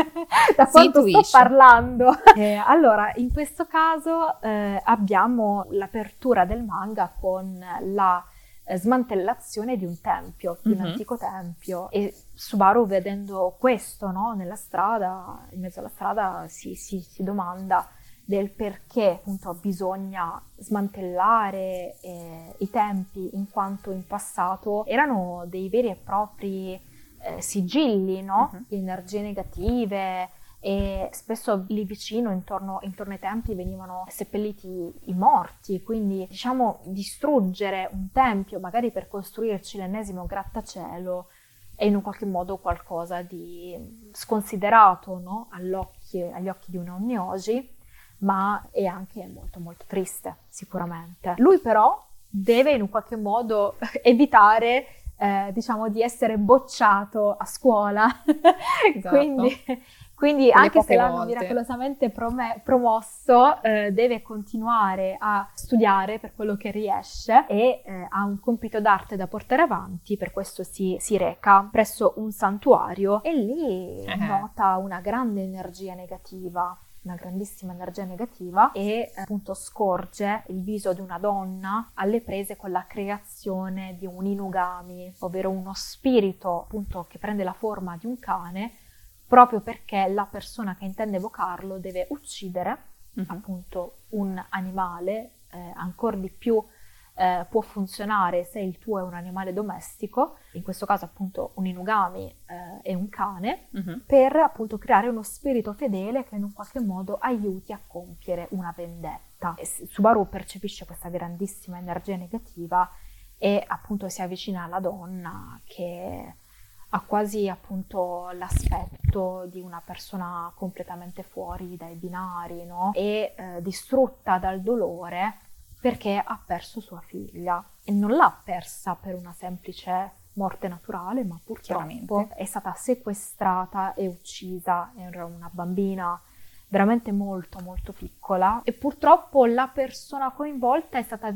da Si quanto sto intuisce. parlando. Eh, allora, in questo caso eh, abbiamo l'apertura del manga con la eh, smantellazione di un tempio, di un Mhm. antico tempio, e Subaru, vedendo questo, no, nella strada, in mezzo alla strada, si, si- si domanda del perché appunto bisogna smantellare eh, i tempi, in quanto in passato erano dei veri e propri eh, sigilli, no? Mhm. Di energie negative, e spesso lì vicino, intorno, intorno ai templi, venivano seppelliti i morti. Quindi, diciamo, distruggere un tempio magari per costruirci l'ennesimo grattacielo è in un qualche modo qualcosa di sconsiderato, no? All'occhi- agli occhi di un Onmyoji, ma è anche molto molto triste, sicuramente. Lui però deve in un qualche modo evitare, eh, diciamo, di essere bocciato a scuola. Esatto. quindi, quindi Quelle anche se poche l'hanno volte. miracolosamente prome- promosso, eh, deve continuare a studiare per quello che riesce, e eh, ha un compito d'arte da portare avanti. Per questo si, si reca presso un santuario e lì Eh. nota una grande energia negativa, una grandissima energia negativa, e eh, appunto scorge il viso di una donna alle prese con la creazione di un inugami, ovvero uno spirito appunto che prende la forma di un cane, proprio perché la persona che intende evocarlo deve uccidere Mhm. appunto un animale. Eh, ancora di più eh, può funzionare se il tuo è un animale domestico, in questo caso appunto un inugami eh, è un cane, Mhm. per appunto creare uno spirito fedele che in un qualche modo aiuti a compiere una vendetta. E S- Subaru percepisce questa grandissima energia negativa e appunto si avvicina alla donna, che ha quasi appunto l'aspetto di una persona completamente fuori dai binari, no? E eh, distrutta dal dolore, perché ha perso sua figlia e non l'ha persa per una semplice morte naturale, ma purtroppo è stata sequestrata e uccisa. Era una bambina veramente molto molto piccola e purtroppo la persona coinvolta è stata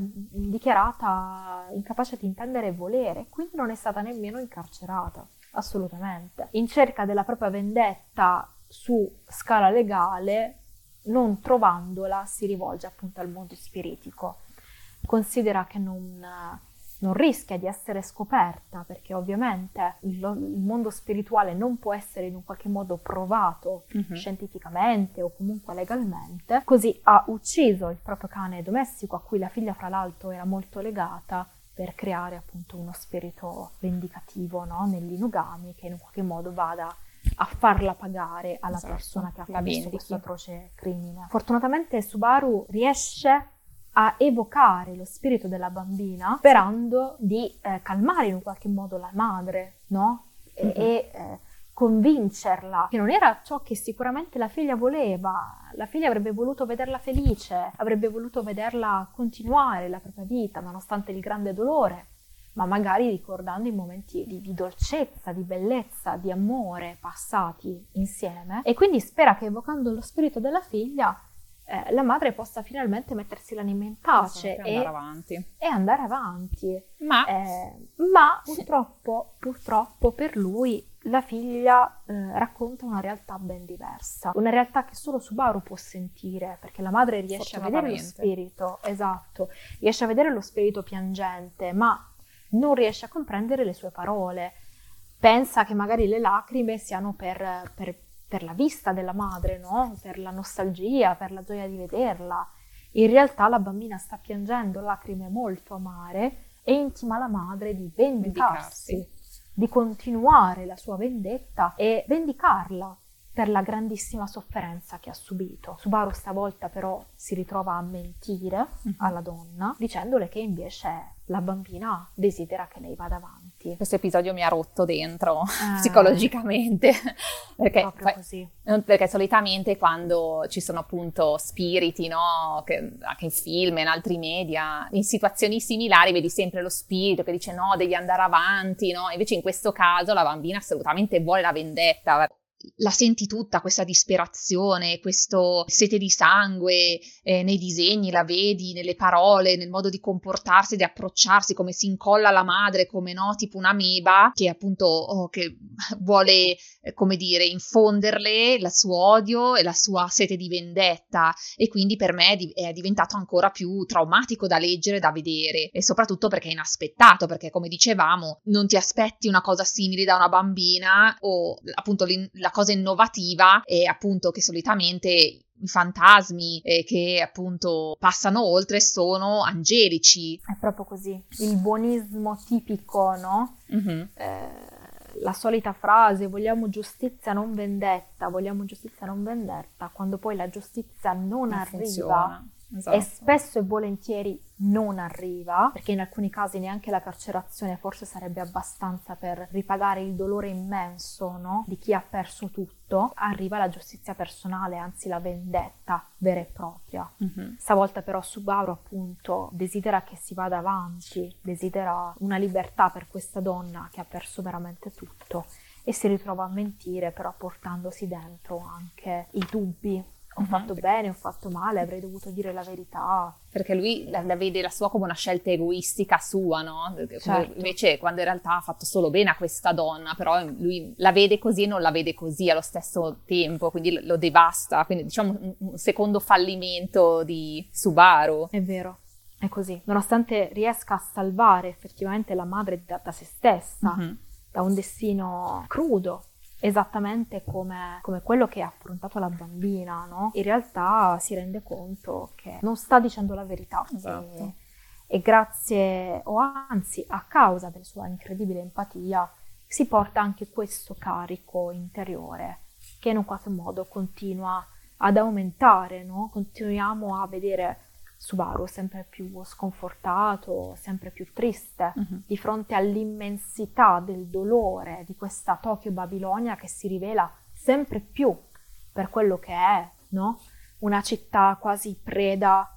dichiarata incapace di intendere e volere, quindi non è stata nemmeno incarcerata, assolutamente. In cerca della propria vendetta su scala legale, non trovandola, si rivolge appunto al mondo spiritico. Considera che non, non rischia di essere scoperta, perché ovviamente il, il mondo spirituale non può essere in un qualche modo provato uh-huh. scientificamente o comunque legalmente. Così ha ucciso il proprio cane domestico, a cui la figlia fra l'altro era molto legata, per creare appunto uno spirito vendicativo, no? Nell'inugami, che in un qualche modo vada a farla pagare alla esatto, persona che ha commesso questo atroce crimine. Fortunatamente Subaru riesce a evocare lo spirito della bambina, sperando di eh, calmare in un qualche modo la madre, no? E, mm-hmm. e eh, convincerla che non era ciò che sicuramente la figlia voleva. La figlia avrebbe voluto vederla felice, avrebbe voluto vederla continuare la propria vita nonostante il grande dolore, ma magari ricordando i momenti di, di dolcezza, di bellezza, di amore passati insieme, e quindi spera che evocando lo spirito della figlia eh, la madre possa finalmente mettersi l'anima in pace e andare avanti. E andare avanti. Ma, eh, ma purtroppo, purtroppo per lui la figlia eh, racconta una realtà ben diversa, una realtà che solo Subaru può sentire, perché la madre riesce a vedere lo spirito, esatto, riesce a vedere lo spirito piangente, ma non riesce a comprendere le sue parole. Pensa che magari le lacrime siano per, per, per la vista della madre, no? Per la nostalgia, per la gioia di vederla. In realtà la bambina sta piangendo lacrime molto amare e intima alla madre di vendicarsi, vendicarsi, di continuare la sua vendetta e vendicarla per la grandissima sofferenza che ha subito. Subaru stavolta però si ritrova a mentire uh-huh. alla donna, dicendole che invece la bambina desidera che lei vada avanti. Questo episodio mi ha rotto dentro eh, psicologicamente, perché, proprio così. perché solitamente quando ci sono appunto spiriti, no, che anche in film e in altri media, in situazioni similari vedi sempre lo spirito che dice no, devi andare avanti, no? Invece in questo caso la bambina assolutamente vuole la vendetta. La senti tutta questa disperazione, questo sete di sangue eh, nei disegni, la vedi nelle parole, nel modo di comportarsi, di approcciarsi, come si incolla alla madre, come no, tipo un'ameba che appunto oh, che vuole, eh, come dire, infonderle il suo odio e la sua sete di vendetta, e quindi per me è, di- è diventato ancora più traumatico da leggere, da vedere, e soprattutto perché è inaspettato, perché come dicevamo non ti aspetti una cosa simile da una bambina, o appunto la cosa innovativa è appunto che solitamente i fantasmi eh, che appunto passano oltre sono angelici. È proprio così, il buonismo tipico, no? Mm-hmm. Eh, la solita frase vogliamo giustizia non vendetta, vogliamo giustizia non vendetta, quando poi la giustizia non, non arriva funziona. Esatto. E spesso e volentieri non arriva, perché in alcuni casi neanche la carcerazione forse sarebbe abbastanza per ripagare il dolore immenso, no? Di chi ha perso tutto. Arriva la giustizia personale, anzi la vendetta vera e propria. Mm-hmm. Stavolta però Subaru appunto desidera che si vada avanti, desidera una libertà per questa donna che ha perso veramente tutto, e si ritrova a mentire, però portandosi dentro anche i dubbi. Ho fatto bene, ho fatto male, avrei dovuto dire la verità. Perché lui la, la vede la sua come una scelta egoistica sua, no? Certo. Invece quando in realtà ha fatto solo bene a questa donna, però lui la vede così e non la vede così allo stesso tempo, quindi lo, lo devasta. Quindi diciamo un, un secondo fallimento di Subaru. È vero, è così. Nonostante riesca a salvare effettivamente la madre da, da se stessa, mm-hmm. da un destino crudo, esattamente come, come quello che ha affrontato la bambina, no? In realtà si rende conto che non sta dicendo la verità. Esatto. E, e grazie, o anzi a causa della sua incredibile empatia, si porta anche questo carico interiore che in un qualche modo continua ad aumentare, no? Continuiamo a vedere Subaru sempre più sconfortato, sempre più triste, uh-huh. di fronte all'immensità del dolore di questa Tokyo Babilonia che si rivela sempre più per quello che è, no? Una città quasi preda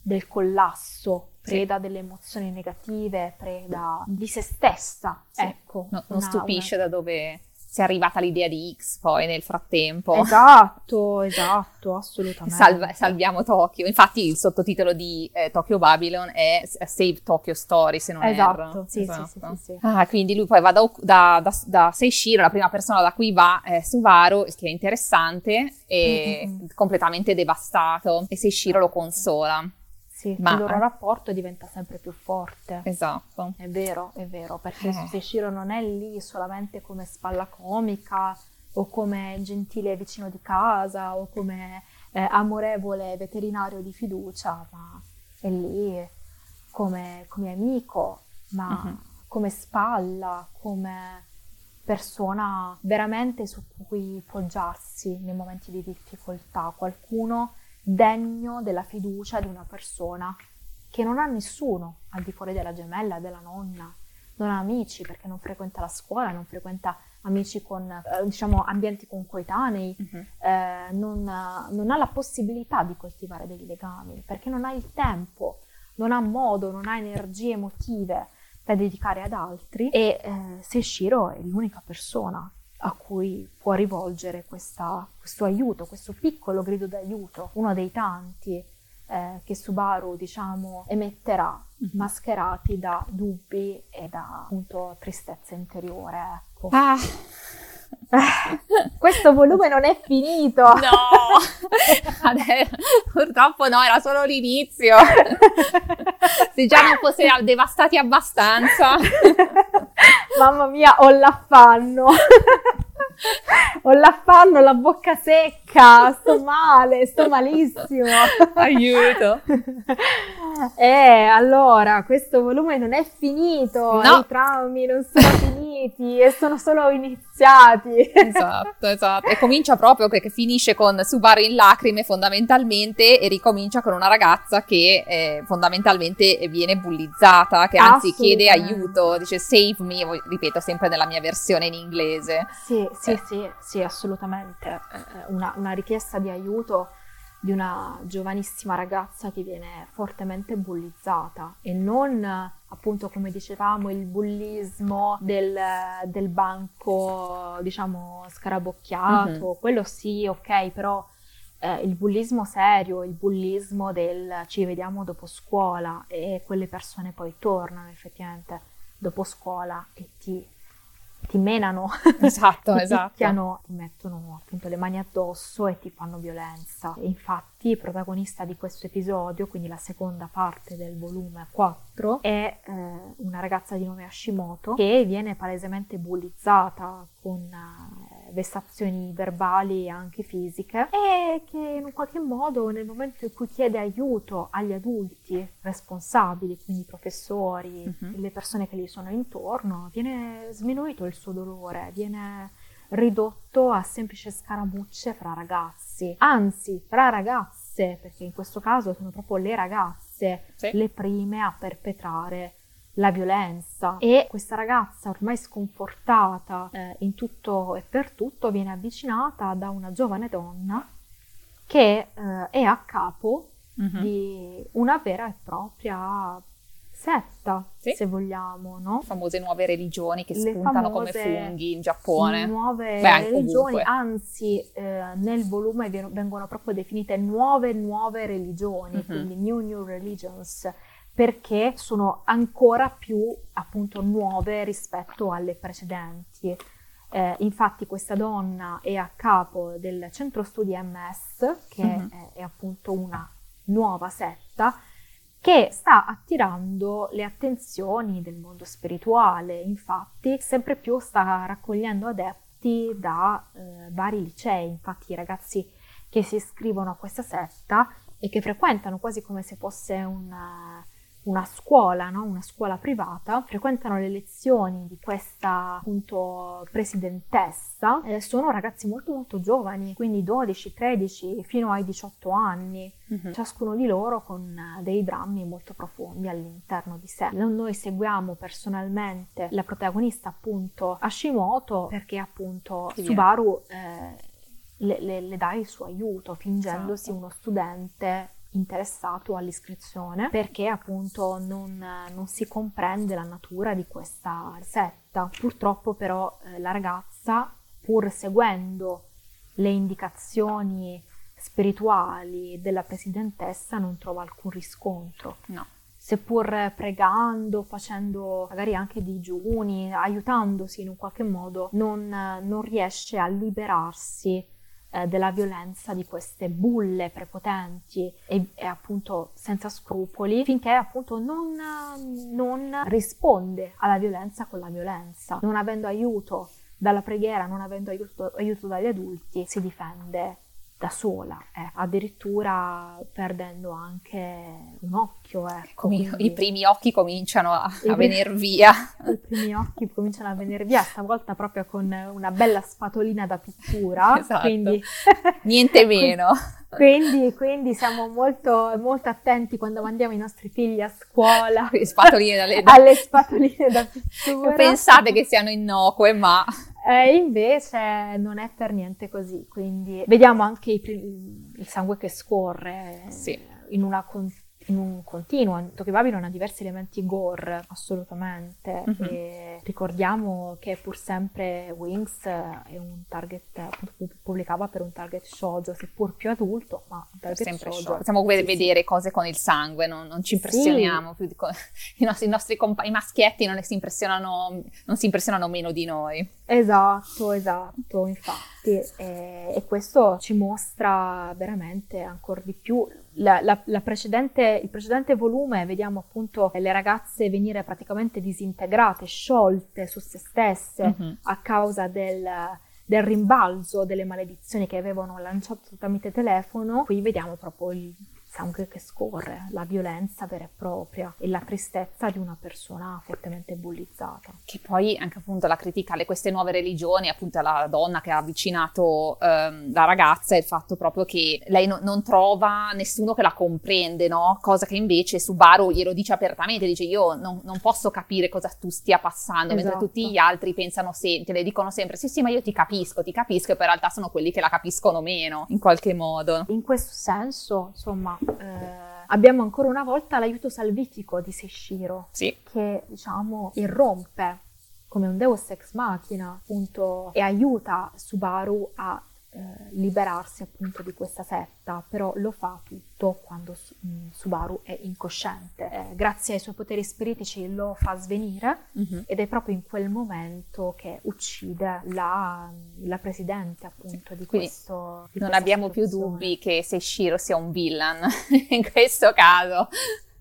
del collasso, preda sì. delle emozioni negative, preda di se stessa, sì. ecco. No, non una, stupisce una... da dove sia arrivata l'idea di X poi nel frattempo. Esatto, esatto, assolutamente. Salva, salviamo Tokyo. Infatti il sottotitolo di eh, Tokyo Babylon è Save Tokyo Story, se non esatto, erro. Sì, esatto, sì, sì, sì, sì. Ah, quindi lui poi va da, da, da, da Seishiro, la prima persona da cui va è Subaru, il che è interessante, e Mm-hmm. completamente devastato, e Seishiro lo consola. Sì, Ma... il loro rapporto diventa sempre più forte. Esatto. È vero, è vero, perché Eh. Seishiro non è lì solamente come spalla comica o come gentile vicino di casa o come eh, amorevole veterinario di fiducia, ma è lì come, come amico, ma Uh-huh. come spalla, come persona veramente su cui poggiarsi nei momenti di difficoltà, qualcuno degno della fiducia di una persona che non ha nessuno al di fuori della gemella, della nonna, non ha amici perché non frequenta la scuola, non frequenta amici con, eh, diciamo, ambienti concoetanei, Uh-huh. eh, non, non ha la possibilità di coltivare dei legami perché non ha il tempo, non ha modo, non ha energie emotive da dedicare ad altri, e eh, Seishiro è l'unica persona a cui può rivolgere questa, questo aiuto, questo piccolo grido d'aiuto, uno dei tanti eh, che Subaru, diciamo, emetterà, Mm-hmm. mascherati da dubbi e da, appunto, tristezza interiore, ecco. Ah. Questo volume non è finito! No! Adesso, purtroppo no, era solo l'inizio. Se già non fosse devastati abbastanza. Mamma mia, ho l'affanno! Ho l'affanno, la bocca secca, sto male, sto malissimo. Aiuto. Eh, allora, questo volume non è finito, No. I traumi non sono finiti e sono solo iniziati. Esatto, esatto. E comincia proprio perché finisce con Subaru in lacrime fondamentalmente, e ricomincia con una ragazza che eh, fondamentalmente viene bullizzata, che anzi chiede aiuto, dice save me, ripeto sempre nella mia versione in inglese. Sì, sì, Eh. sì, sì, assolutamente. Una, una richiesta di aiuto di una giovanissima ragazza che viene fortemente bullizzata, e non, appunto, come dicevamo, il bullismo del, del banco, diciamo, scarabocchiato, Mm-hmm. quello sì, ok, però eh, il bullismo serio, il bullismo del ci vediamo dopo scuola, e quelle persone poi tornano effettivamente dopo scuola e ti ti menano, Esatto, ti esatto. picchiano, ti mettono appunto le mani addosso e ti fanno violenza. E infatti il protagonista di questo episodio, quindi la seconda parte del volume quattro, è eh, una ragazza di nome Hashimoto che viene palesemente bullizzata con eh, vessazioni verbali e anche fisiche, e che in un qualche modo, nel momento in cui chiede aiuto agli adulti responsabili, quindi i professori, Mm-hmm. le persone che gli sono intorno, viene sminuito il suo dolore, viene ridotto a semplici scaramucce fra ragazzi, anzi fra ragazze, perché in questo caso sono proprio le ragazze Sì. le prime a perpetrare la violenza, e questa ragazza ormai sconfortata eh, in tutto e per tutto viene avvicinata da una giovane donna che eh, è a capo Mm-hmm. di una vera e propria setta, Sì. se vogliamo, no? Le famose nuove religioni che Le spuntano come famose funghi in Giappone. Nuove Beh, anche religioni, ovunque. anzi eh, nel volume vieno- vengono proprio definite nuove nuove religioni, Mhm. quindi new new religions, perché sono ancora più, appunto, nuove rispetto alle precedenti. Eh, infatti questa donna è a capo del centro studi M S, che Mhm. è, è appunto una nuova setta che sta attirando le attenzioni del mondo spirituale. Infatti sempre più sta raccogliendo adepti da eh, vari licei. Infatti i ragazzi che si iscrivono a questa setta e che frequentano quasi come se fosse una, una scuola, no? Una scuola privata, frequentano le lezioni di questa, appunto, presidentessa, eh, sono ragazzi molto molto giovani, quindi dodici, tredici fino ai diciotto anni, Mhm. ciascuno di loro con eh, dei drammi molto profondi all'interno di sé. Noi seguiamo personalmente la protagonista, appunto Hashimoto, perché appunto Sì. Subaru eh, le, le- le dà il suo aiuto fingendosi Esatto. uno studente interessato all'iscrizione, perché appunto non, non si comprende la natura di questa setta. Purtroppo però eh, la ragazza, pur seguendo le indicazioni spirituali della presidentessa, non trova alcun riscontro. No. Seppur pregando, facendo magari anche digiuni, aiutandosi in un qualche modo, non, non riesce a liberarsi eh, della violenza di queste bulle prepotenti e, e appunto senza scrupoli, finché appunto non, non risponde alla violenza con la violenza. Non avendo aiuto dalla preghiera, non avendo aiuto, aiuto dagli adulti, si difende da sola, eh. addirittura perdendo anche un occhio. Ecco, I, quindi, I primi occhi cominciano a, i a venire via. I primi occhi cominciano a venire via, stavolta proprio con una bella spatolina da pittura. Esatto. Quindi, niente meno. Quindi, quindi siamo molto, molto attenti quando mandiamo i nostri figli a scuola spatoline dalle... alle spatoline da pittura. Pensate che siano innocue, ma... E invece non è per niente così, quindi vediamo anche i prim- il sangue che scorre sì. in, una con- in un continuo. Tokyo Babylon ha diversi elementi gore, assolutamente, mm-hmm. e ricordiamo che pur sempre Wings è un target, pubblicava per un target shoujo, seppur più adulto, ma un target sempre shoujo. shoujo. Possiamo sì, vedere sì. cose con il sangue, non, non ci impressioniamo, sì. più di co- I nostri, i nostri compa- i maschietti non si impressionano, non si impressionano meno di noi. Esatto, esatto, infatti, e, e questo ci mostra veramente ancora di più la, la, la precedente, il precedente volume. Vediamo appunto le ragazze venire praticamente disintegrate, sciolte su se stesse mm-hmm. a causa del, del rimbalzo delle maledizioni che avevano lanciato tramite telefono. Qui vediamo proprio il sangue che scorre, la violenza vera e propria e la tristezza di una persona fortemente bullizzata. Che poi anche appunto la critica alle queste nuove religioni, appunto alla donna che ha avvicinato ehm, la ragazza, è il fatto proprio che lei no, non trova nessuno che la comprende, no? Cosa che invece Subaru glielo dice apertamente, dice io non, non posso capire cosa tu stia passando, esatto. mentre tutti gli altri pensano, se, te le dicono sempre sì sì ma io ti capisco, ti capisco, e poi in realtà sono quelli che la capiscono meno, in qualche modo. In questo senso, insomma, Eh, abbiamo ancora una volta l'aiuto salvifico di Seishiro, sì. che diciamo irrompe come un deus ex machina appunto e aiuta Subaru a eh, liberarsi appunto di questa setta, però lo fa tutto quando mh, Subaru è incosciente. Eh, grazie ai suoi poteri spiritici lo fa svenire mm-hmm. ed è proprio in quel momento che uccide la, la presidente appunto di Quindi questo di non abbiamo più dubbi che Seishiro sia un villain in questo caso.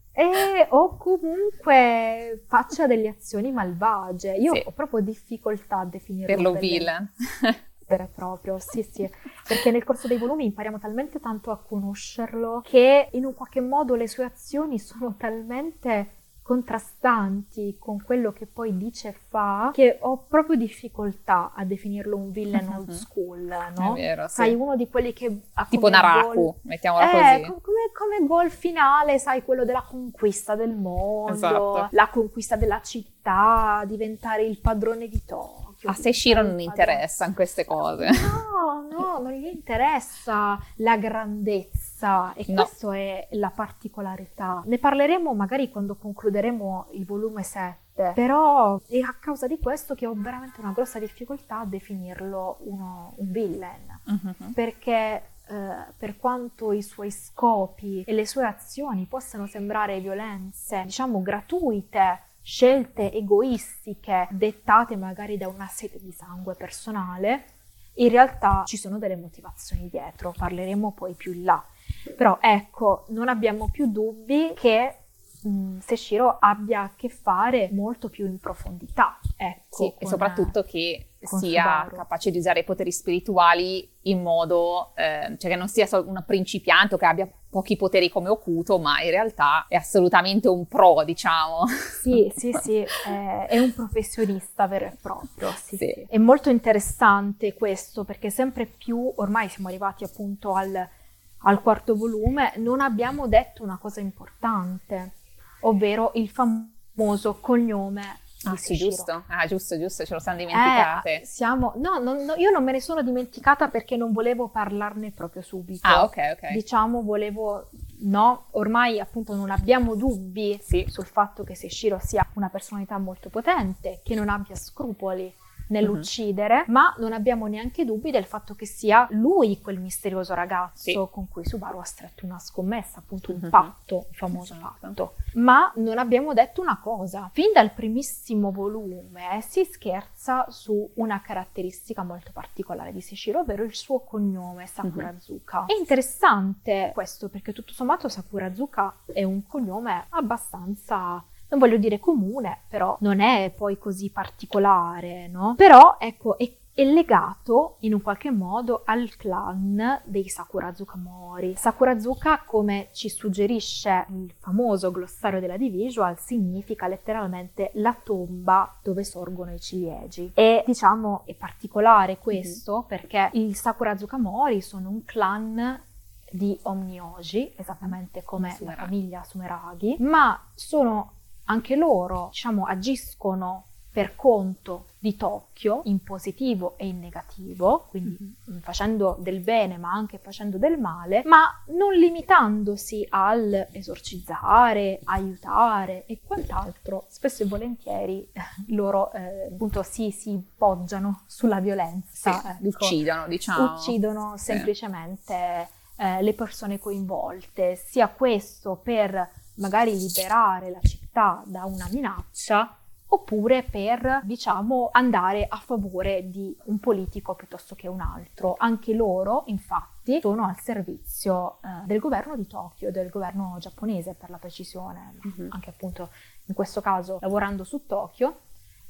E, o comunque faccia delle azioni malvagie. Io sì. ho proprio difficoltà a definirlo per lo villain vero e proprio, sì sì, perché nel corso dei volumi impariamo talmente tanto a conoscerlo che in un qualche modo le sue azioni sono talmente contrastanti con quello che poi dice e fa che ho proprio difficoltà a definirlo un villain old school, no? È vero, sì. Sai, uno di quelli che ha tipo Naraku, goal, mettiamola eh, così. Come, come goal finale, sai, quello della conquista del mondo, esatto. la conquista della città, diventare il padrone di Tokyo. A Seishiro non interessano queste cose. No, no, non gli interessa la grandezza e no. Questa è la particolarità. Ne parleremo magari quando concluderemo il volume sette, però è a causa di questo che ho veramente una grossa difficoltà a definirlo uno, un villain, uh-huh. perché Uh, per quanto i suoi scopi e le sue azioni possano sembrare violenze, diciamo gratuite, scelte egoistiche, dettate magari da una sete di sangue personale, in realtà ci sono delle motivazioni dietro, parleremo poi più in là. Però ecco, non abbiamo più dubbi che mh, Seishiro abbia a che fare molto più in profondità. Ecco, sì, e soprattutto che sia Subaru. capace di usare i poteri spirituali in modo, eh, cioè che non sia solo un principiante o che abbia pochi poteri come Okuto, ma in realtà è assolutamente un pro, diciamo. Sì, sì, sì, è, è un professionista vero e proprio. Sì, sì. Sì. È molto interessante questo, perché sempre più, ormai siamo arrivati appunto al, al quarto volume, non abbiamo detto una cosa importante, ovvero il famoso cognome. Ah sì, giusto, ah giusto, giusto, ce lo siamo dimenticate. Eh, siamo, no, no, no, io non me ne sono dimenticata perché non volevo parlarne proprio subito. Ah, ok, ok. Diciamo, volevo no? Ormai appunto non abbiamo dubbi sì. sul fatto che Seishiro sia una personalità molto potente, che non abbia scrupoli nell'uccidere, uh-huh. ma non abbiamo neanche dubbi del fatto che sia lui quel misterioso ragazzo sì. con cui Subaru ha stretto una scommessa, appunto un uh-huh. patto, un famoso esatto. patto. Ma non abbiamo detto una cosa: fin dal primissimo volume si scherza su una caratteristica molto particolare di Seishiro, ovvero il suo cognome Sakurazuka. Uh-huh. È interessante questo perché tutto sommato Sakurazuka è un cognome abbastanza, non voglio dire comune, però non è poi così particolare, no? Però, ecco, è, è legato in un qualche modo al clan dei Sakurazuka Mori. Sakurazuka, come ci suggerisce il famoso glossario della D-Visual, significa letteralmente la tomba dove sorgono i ciliegi. E, diciamo, è particolare questo mm-hmm. perché i Sakurazuka Mori sono un clan di Omnioji, esattamente come Sumeragi. La famiglia Sumeragi, ma sono anche loro, diciamo, agiscono per conto di Tokyo in positivo e in negativo, quindi mm-hmm. facendo del bene ma anche facendo del male, ma non limitandosi al esorcizzare, aiutare e quant'altro. Spesso e volentieri loro eh, appunto si, si poggiano sulla violenza, sì, ecco, uccidono, diciamo. Uccidono semplicemente sì. eh, le persone coinvolte, sia questo per magari liberare la città da una minaccia, oppure per, diciamo, andare a favore di un politico piuttosto che un altro. Anche loro, infatti, sono al servizio eh, del governo di Tokyo, del governo giapponese per la precisione, mm-hmm. anche appunto in questo caso lavorando su Tokyo,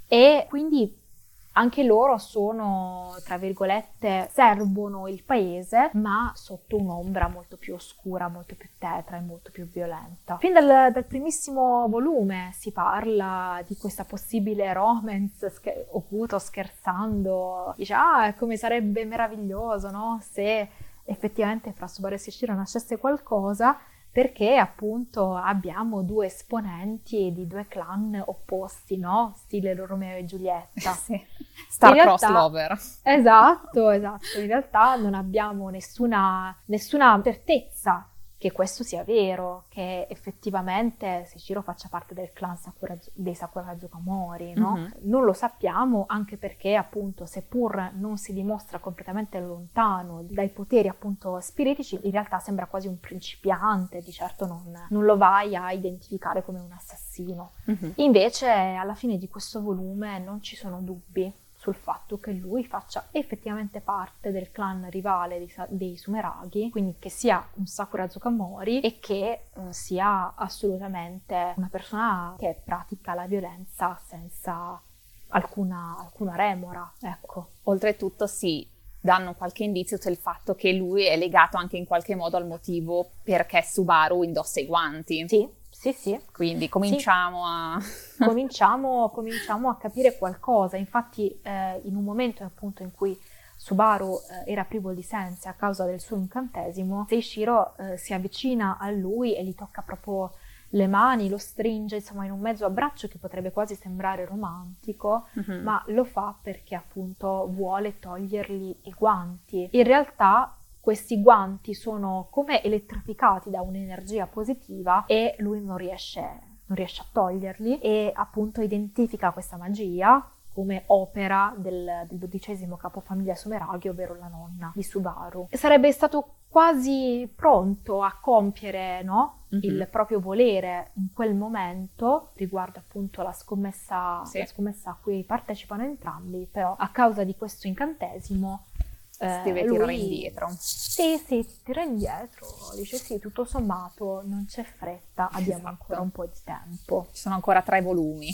e quindi anche loro sono, tra virgolette, servono il paese, ma sotto un'ombra molto più oscura, molto più tetra e molto più violenta. Fin dal, dal primissimo volume si parla di questa possibile romance, scher- Okuto scherzando, dice ah, come sarebbe meraviglioso, no? Se effettivamente fra Subaru e Seishiro nascesse qualcosa, perché appunto abbiamo due esponenti di due clan opposti, no? Stile Romeo e Giulietta. Sì. Star-crossed realtà, lover. Esatto, esatto. In realtà non abbiamo nessuna, nessuna certezza che questo sia vero, che effettivamente Seishiro faccia parte del clan Sakura, dei Sakurazuka Mori, no? Mm-hmm. Non lo sappiamo, anche perché appunto seppur non si dimostra completamente lontano dai poteri appunto spiritici, in realtà sembra quasi un principiante, di certo non, non lo vai a identificare come un assassino. Mm-hmm. Invece alla fine di questo volume non ci sono dubbi sul fatto che lui faccia effettivamente parte del clan rivale dei, dei Sumeragi, quindi che sia un Sakurazuka Mori e che eh, sia assolutamente una persona che pratica la violenza senza alcuna, alcuna remora, ecco. Oltretutto si danno qualche indizio sul fatto che lui è legato anche in qualche modo al motivo perché Subaru indossa i guanti. Sì. Sì, sì. Quindi cominciamo sì. a... cominciamo, cominciamo a capire qualcosa. Infatti eh, in un momento appunto in cui Subaru eh, era privo di sensi a causa del suo incantesimo, Seishiro eh, si avvicina a lui e gli tocca proprio le mani, lo stringe insomma in un mezzo abbraccio che potrebbe quasi sembrare romantico, mm-hmm. ma lo fa perché appunto vuole togliergli i guanti. In realtà questi guanti sono come elettrificati da un'energia positiva e lui non riesce, non riesce a toglierli e appunto identifica questa magia come opera del, del dodicesimo capofamiglia Sumeragi, ovvero la nonna di Subaru. E sarebbe stato quasi pronto a compiere, no? Mm-hmm. il proprio volere in quel momento riguardo appunto la scommessa, sì. la scommessa a cui partecipano entrambi, però a causa di questo incantesimo si deve eh, tirare lui... indietro. Sì, sì, si tira indietro, dice sì, tutto sommato non c'è fretta, abbiamo esatto. ancora un po' di tempo. Ci sono ancora tre volumi.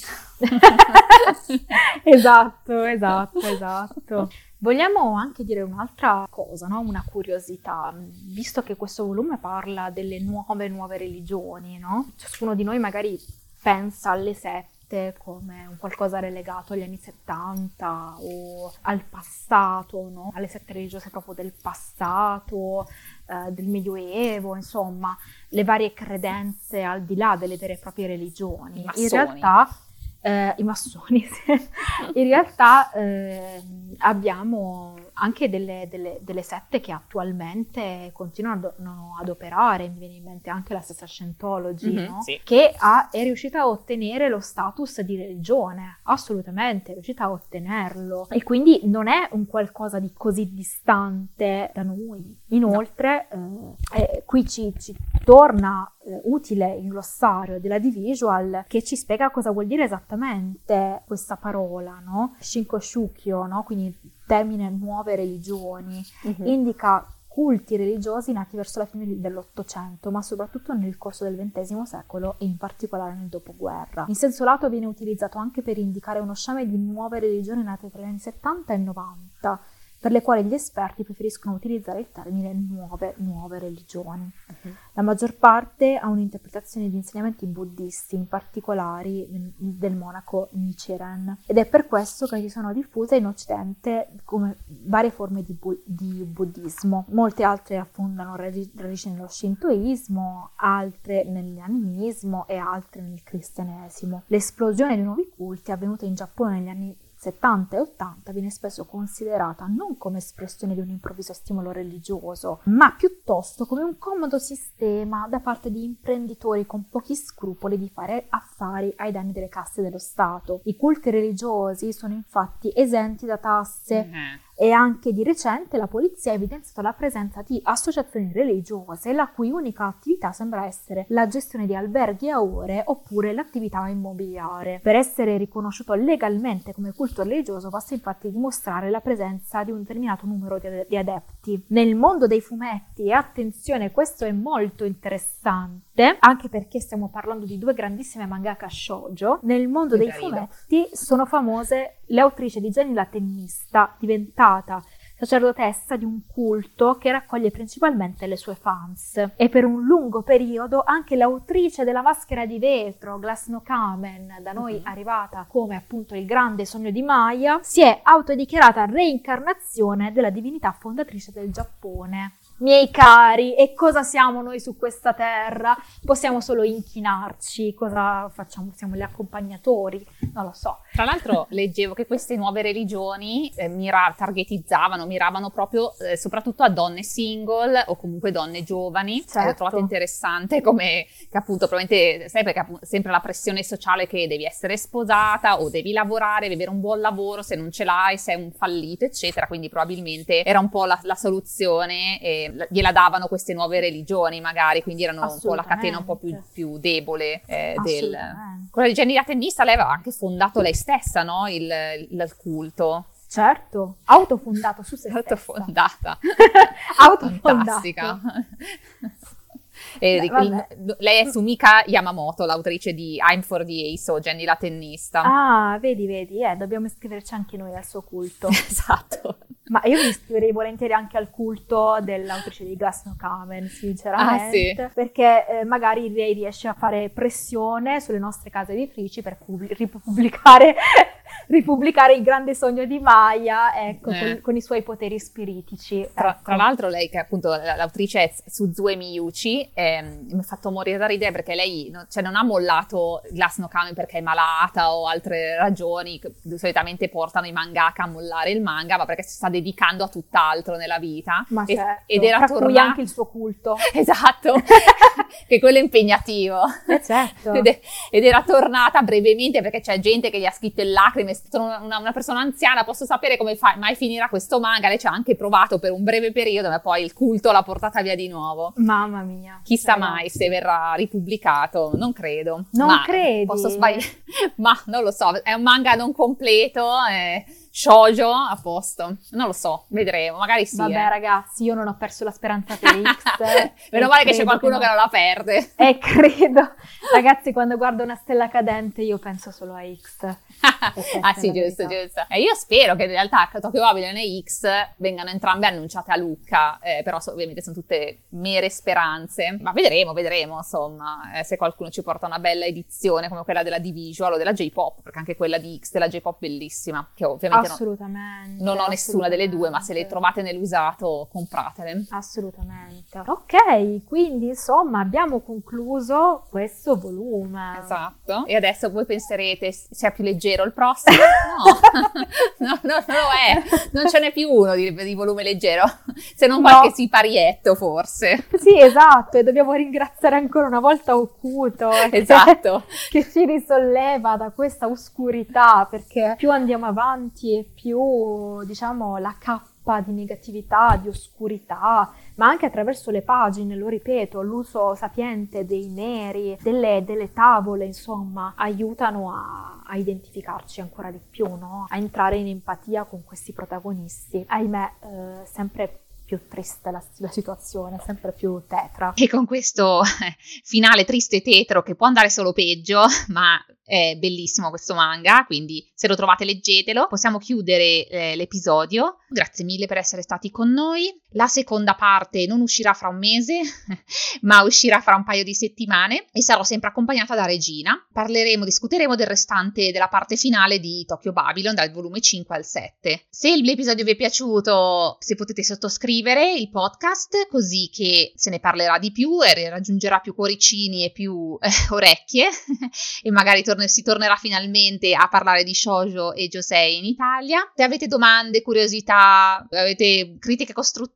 Esatto, esatto, esatto. Vogliamo anche dire un'altra cosa, no? Una curiosità, visto che questo volume parla delle nuove, nuove religioni, no? Ciascuno di noi magari pensa alle sette come un qualcosa relegato agli anni settanta o al passato, no? Alle sette religiose proprio del passato, eh, del Medioevo, insomma, le varie credenze al di là delle vere e proprie religioni. I massoni. In realtà, eh, i massoni, sì. In realtà eh, abbiamo anche delle, delle, delle sette che attualmente continuano ad operare. Mi viene in mente anche la stessa Scientology, mm-hmm, no? Sì. Che ha, è riuscita a ottenere lo status di religione, assolutamente, è riuscita a ottenerlo, e quindi non è un qualcosa di così distante da noi. Inoltre, no. eh, eh, qui ci, ci torna eh, utile il glossario della D-Visual, che ci spiega cosa vuol dire esattamente questa parola, no? Shinko-shukyo, no? Quindi termine nuove religioni, mm-hmm. indica culti religiosi nati verso la fine dell'Ottocento, ma soprattutto nel corso del ventesimo secolo e in particolare nel dopoguerra. In senso lato viene utilizzato anche per indicare uno sciame di nuove religioni nate tra gli anni settanta e novanta, per le quali gli esperti preferiscono utilizzare il termine nuove, nuove religioni. Uh-huh. La maggior parte ha un'interpretazione di insegnamenti buddisti, in particolare del monaco Nichiren, ed è per questo che si sono diffuse in Occidente come varie forme di, bu- di buddismo. Molte altre affondano radici nello shintoismo, altre nell'animismo e altre nel cristianesimo. L'esplosione di nuovi culti avvenuta in Giappone negli anni settanta e ottanta viene spesso considerata non come espressione di un improvviso stimolo religioso, ma piuttosto come un comodo sistema da parte di imprenditori con pochi scrupoli di fare affari ai danni delle casse dello Stato. I culti religiosi sono infatti esenti da tasse, mm-hmm. e anche di recente la polizia ha evidenziato la presenza di associazioni religiose la cui unica attività sembra essere la gestione di alberghi a ore oppure l'attività immobiliare. Per essere riconosciuto legalmente come culto religioso basta infatti dimostrare la presenza di un determinato numero di, ad- di adepti. Nel mondo dei fumetti, e attenzione, questo è molto interessante, anche perché stiamo parlando di due grandissime mangaka shoujo, nel mondo che dei carino. fumetti sono famose le autrici di Jenny la tennista, diventata sacerdotessa di un culto che raccoglie principalmente le sue fans, e per un lungo periodo anche l'autrice della Maschera di vetro, Glass no Kamen, da noi uh-huh. arrivata come appunto il grande sogno di Maya, si è autodichiarata reincarnazione della divinità fondatrice del Giappone. Miei cari, e cosa siamo noi su questa terra? Possiamo solo inchinarci. Cosa facciamo? Siamo gli accompagnatori? Non lo so. Tra l'altro leggevo che queste nuove religioni eh, mira- targetizzavano, miravano proprio eh, soprattutto a donne single o comunque donne giovani. Certo. L'ho trovato interessante, come che appunto probabilmente sai, perché appunto, sempre la pressione sociale che devi essere sposata o devi lavorare, devi avere un buon lavoro, se non ce l'hai sei un fallito eccetera, quindi probabilmente era un po' la, la soluzione e gliela davano queste nuove religioni magari, quindi erano un po' la catena un po' più, più debole eh, del... Quella di Jenny la tennista, lei aveva anche fondato lei stessa, no? Il, il, il culto. Certo, autofondato su se stessa. Autofondata. Autofondata. Fantastica. E, Beh, lei è Sumika Yamamoto, l'autrice di I'm for the Ace o Jenny la tennista. Ah, vedi, vedi, eh, dobbiamo iscriverci anche noi al suo culto. Esatto. Ma io mi iscriverei volentieri anche al culto dell'autrice di Glass no Kamen, sinceramente, ah, sì. perché eh, magari lei riesce a fare pressione sulle nostre case editrici per pub- ripubblicare, ripubblicare il grande sogno di Maya, ecco, eh. con, con i suoi poteri spiritici. Tra, ecco. tra l'altro lei, che appunto l'autrice è Suzue Miyuchi, eh, mi ha fatto morire da ridere perché lei no, cioè non ha mollato Glass no Kamen perché è malata o altre ragioni che solitamente portano i mangaka a mollare il manga, ma perché si sta dedicando a tutt'altro nella vita. Ma e, certo, ed era tra tornata... cui anche il suo culto. Esatto, che quello è impegnativo. Eh certo. Ed, è, ed era tornata brevemente perché c'è gente che gli ha scritto in lacrime, sono una, una persona anziana, posso sapere come fa, mai finirà questo manga? Lei ci ha anche provato per un breve periodo, ma poi il culto l'ha portata via di nuovo. Mamma mia. Chissà ragazzi. Mai se verrà ripubblicato, non credo. Non ma credi? Posso sbagliare, ma non lo so, è un manga non completo, eh. Shoujo a posto, non lo so, vedremo, magari sì. Vabbè eh. ragazzi, io non ho perso la speranza per X. Meno male che c'è qualcuno che, no. che non la perde. Eh, credo. Ragazzi, quando guardo una stella cadente io penso solo a X. Ah sì, giusto, giusto. E io spero che in realtà Tokyo Babylon e X vengano entrambe annunciate a Lucca, eh, però so, ovviamente sono tutte mere speranze. Ma vedremo, vedremo, insomma, eh, se qualcuno ci porta una bella edizione come quella della D-Visual o della J-Pop, perché anche quella di X della J-Pop bellissima, che ovviamente assolutamente, non, non ho nessuna delle due, ma se le trovate nell'usato compratele. Assolutamente. Ok, quindi insomma abbiamo concluso questo volume. Esatto. E adesso voi penserete sia più leggero il prossimo? No, no, no, non lo è. Non ce n'è più uno di, di volume leggero, se non qualche no. siparietto forse. Sì, esatto, e dobbiamo ringraziare ancora una volta Okuto. Esatto. Che, che ci risolleva da questa oscurità, perché più andiamo avanti e più, diciamo, la cappa di negatività, di oscurità, ma anche attraverso le pagine, lo ripeto, l'uso sapiente dei neri, delle, delle tavole, insomma, aiutano a, a identificarci ancora di più, no? A entrare in empatia con questi protagonisti. Ahimè, eh, sempre più triste la, la situazione, sempre più tetra. E con questo finale triste e tetro, che può andare solo peggio, ma è bellissimo questo manga, quindi se lo trovate leggetelo. Possiamo chiudere eh, l'episodio. Grazie mille per essere stati con noi. La seconda parte non uscirà fra un mese, ma uscirà fra un paio di settimane e sarò sempre accompagnata da Regina. Parleremo, discuteremo del restante della parte finale di Tokyo Babylon, dal volume cinque al sette. Se l'episodio vi è piaciuto, se potete sottoscrivere il podcast, così che se ne parlerà di più e raggiungerà più cuoricini e più eh, orecchie e magari torne, si tornerà finalmente a parlare di shoujo e josei in Italia. Se avete domande, curiosità, avete critiche costruttive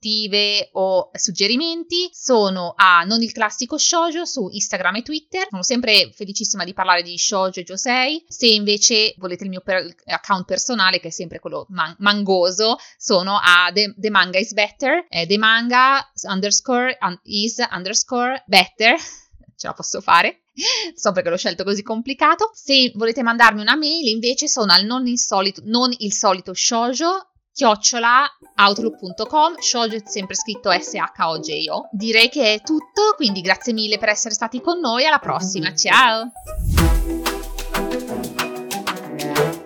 o suggerimenti, sono a Non il classico shoujo su Instagram e Twitter. Sono sempre felicissima di parlare di shoujo e josei. Se invece volete il mio per- account personale, che è sempre quello man- mangoso, sono a The, The Manga is Better, eh, The Manga underscore un- is underscore better. Ce la posso fare. So perché l'ho scelto così complicato. Se volete mandarmi una mail, invece, sono al non il solito, non il solito shoujo chiocciola outlook punto com. Shoujo è sempre scritto S H O J O. Direi che è tutto, quindi grazie mille per essere stati con noi. Alla prossima, ciao!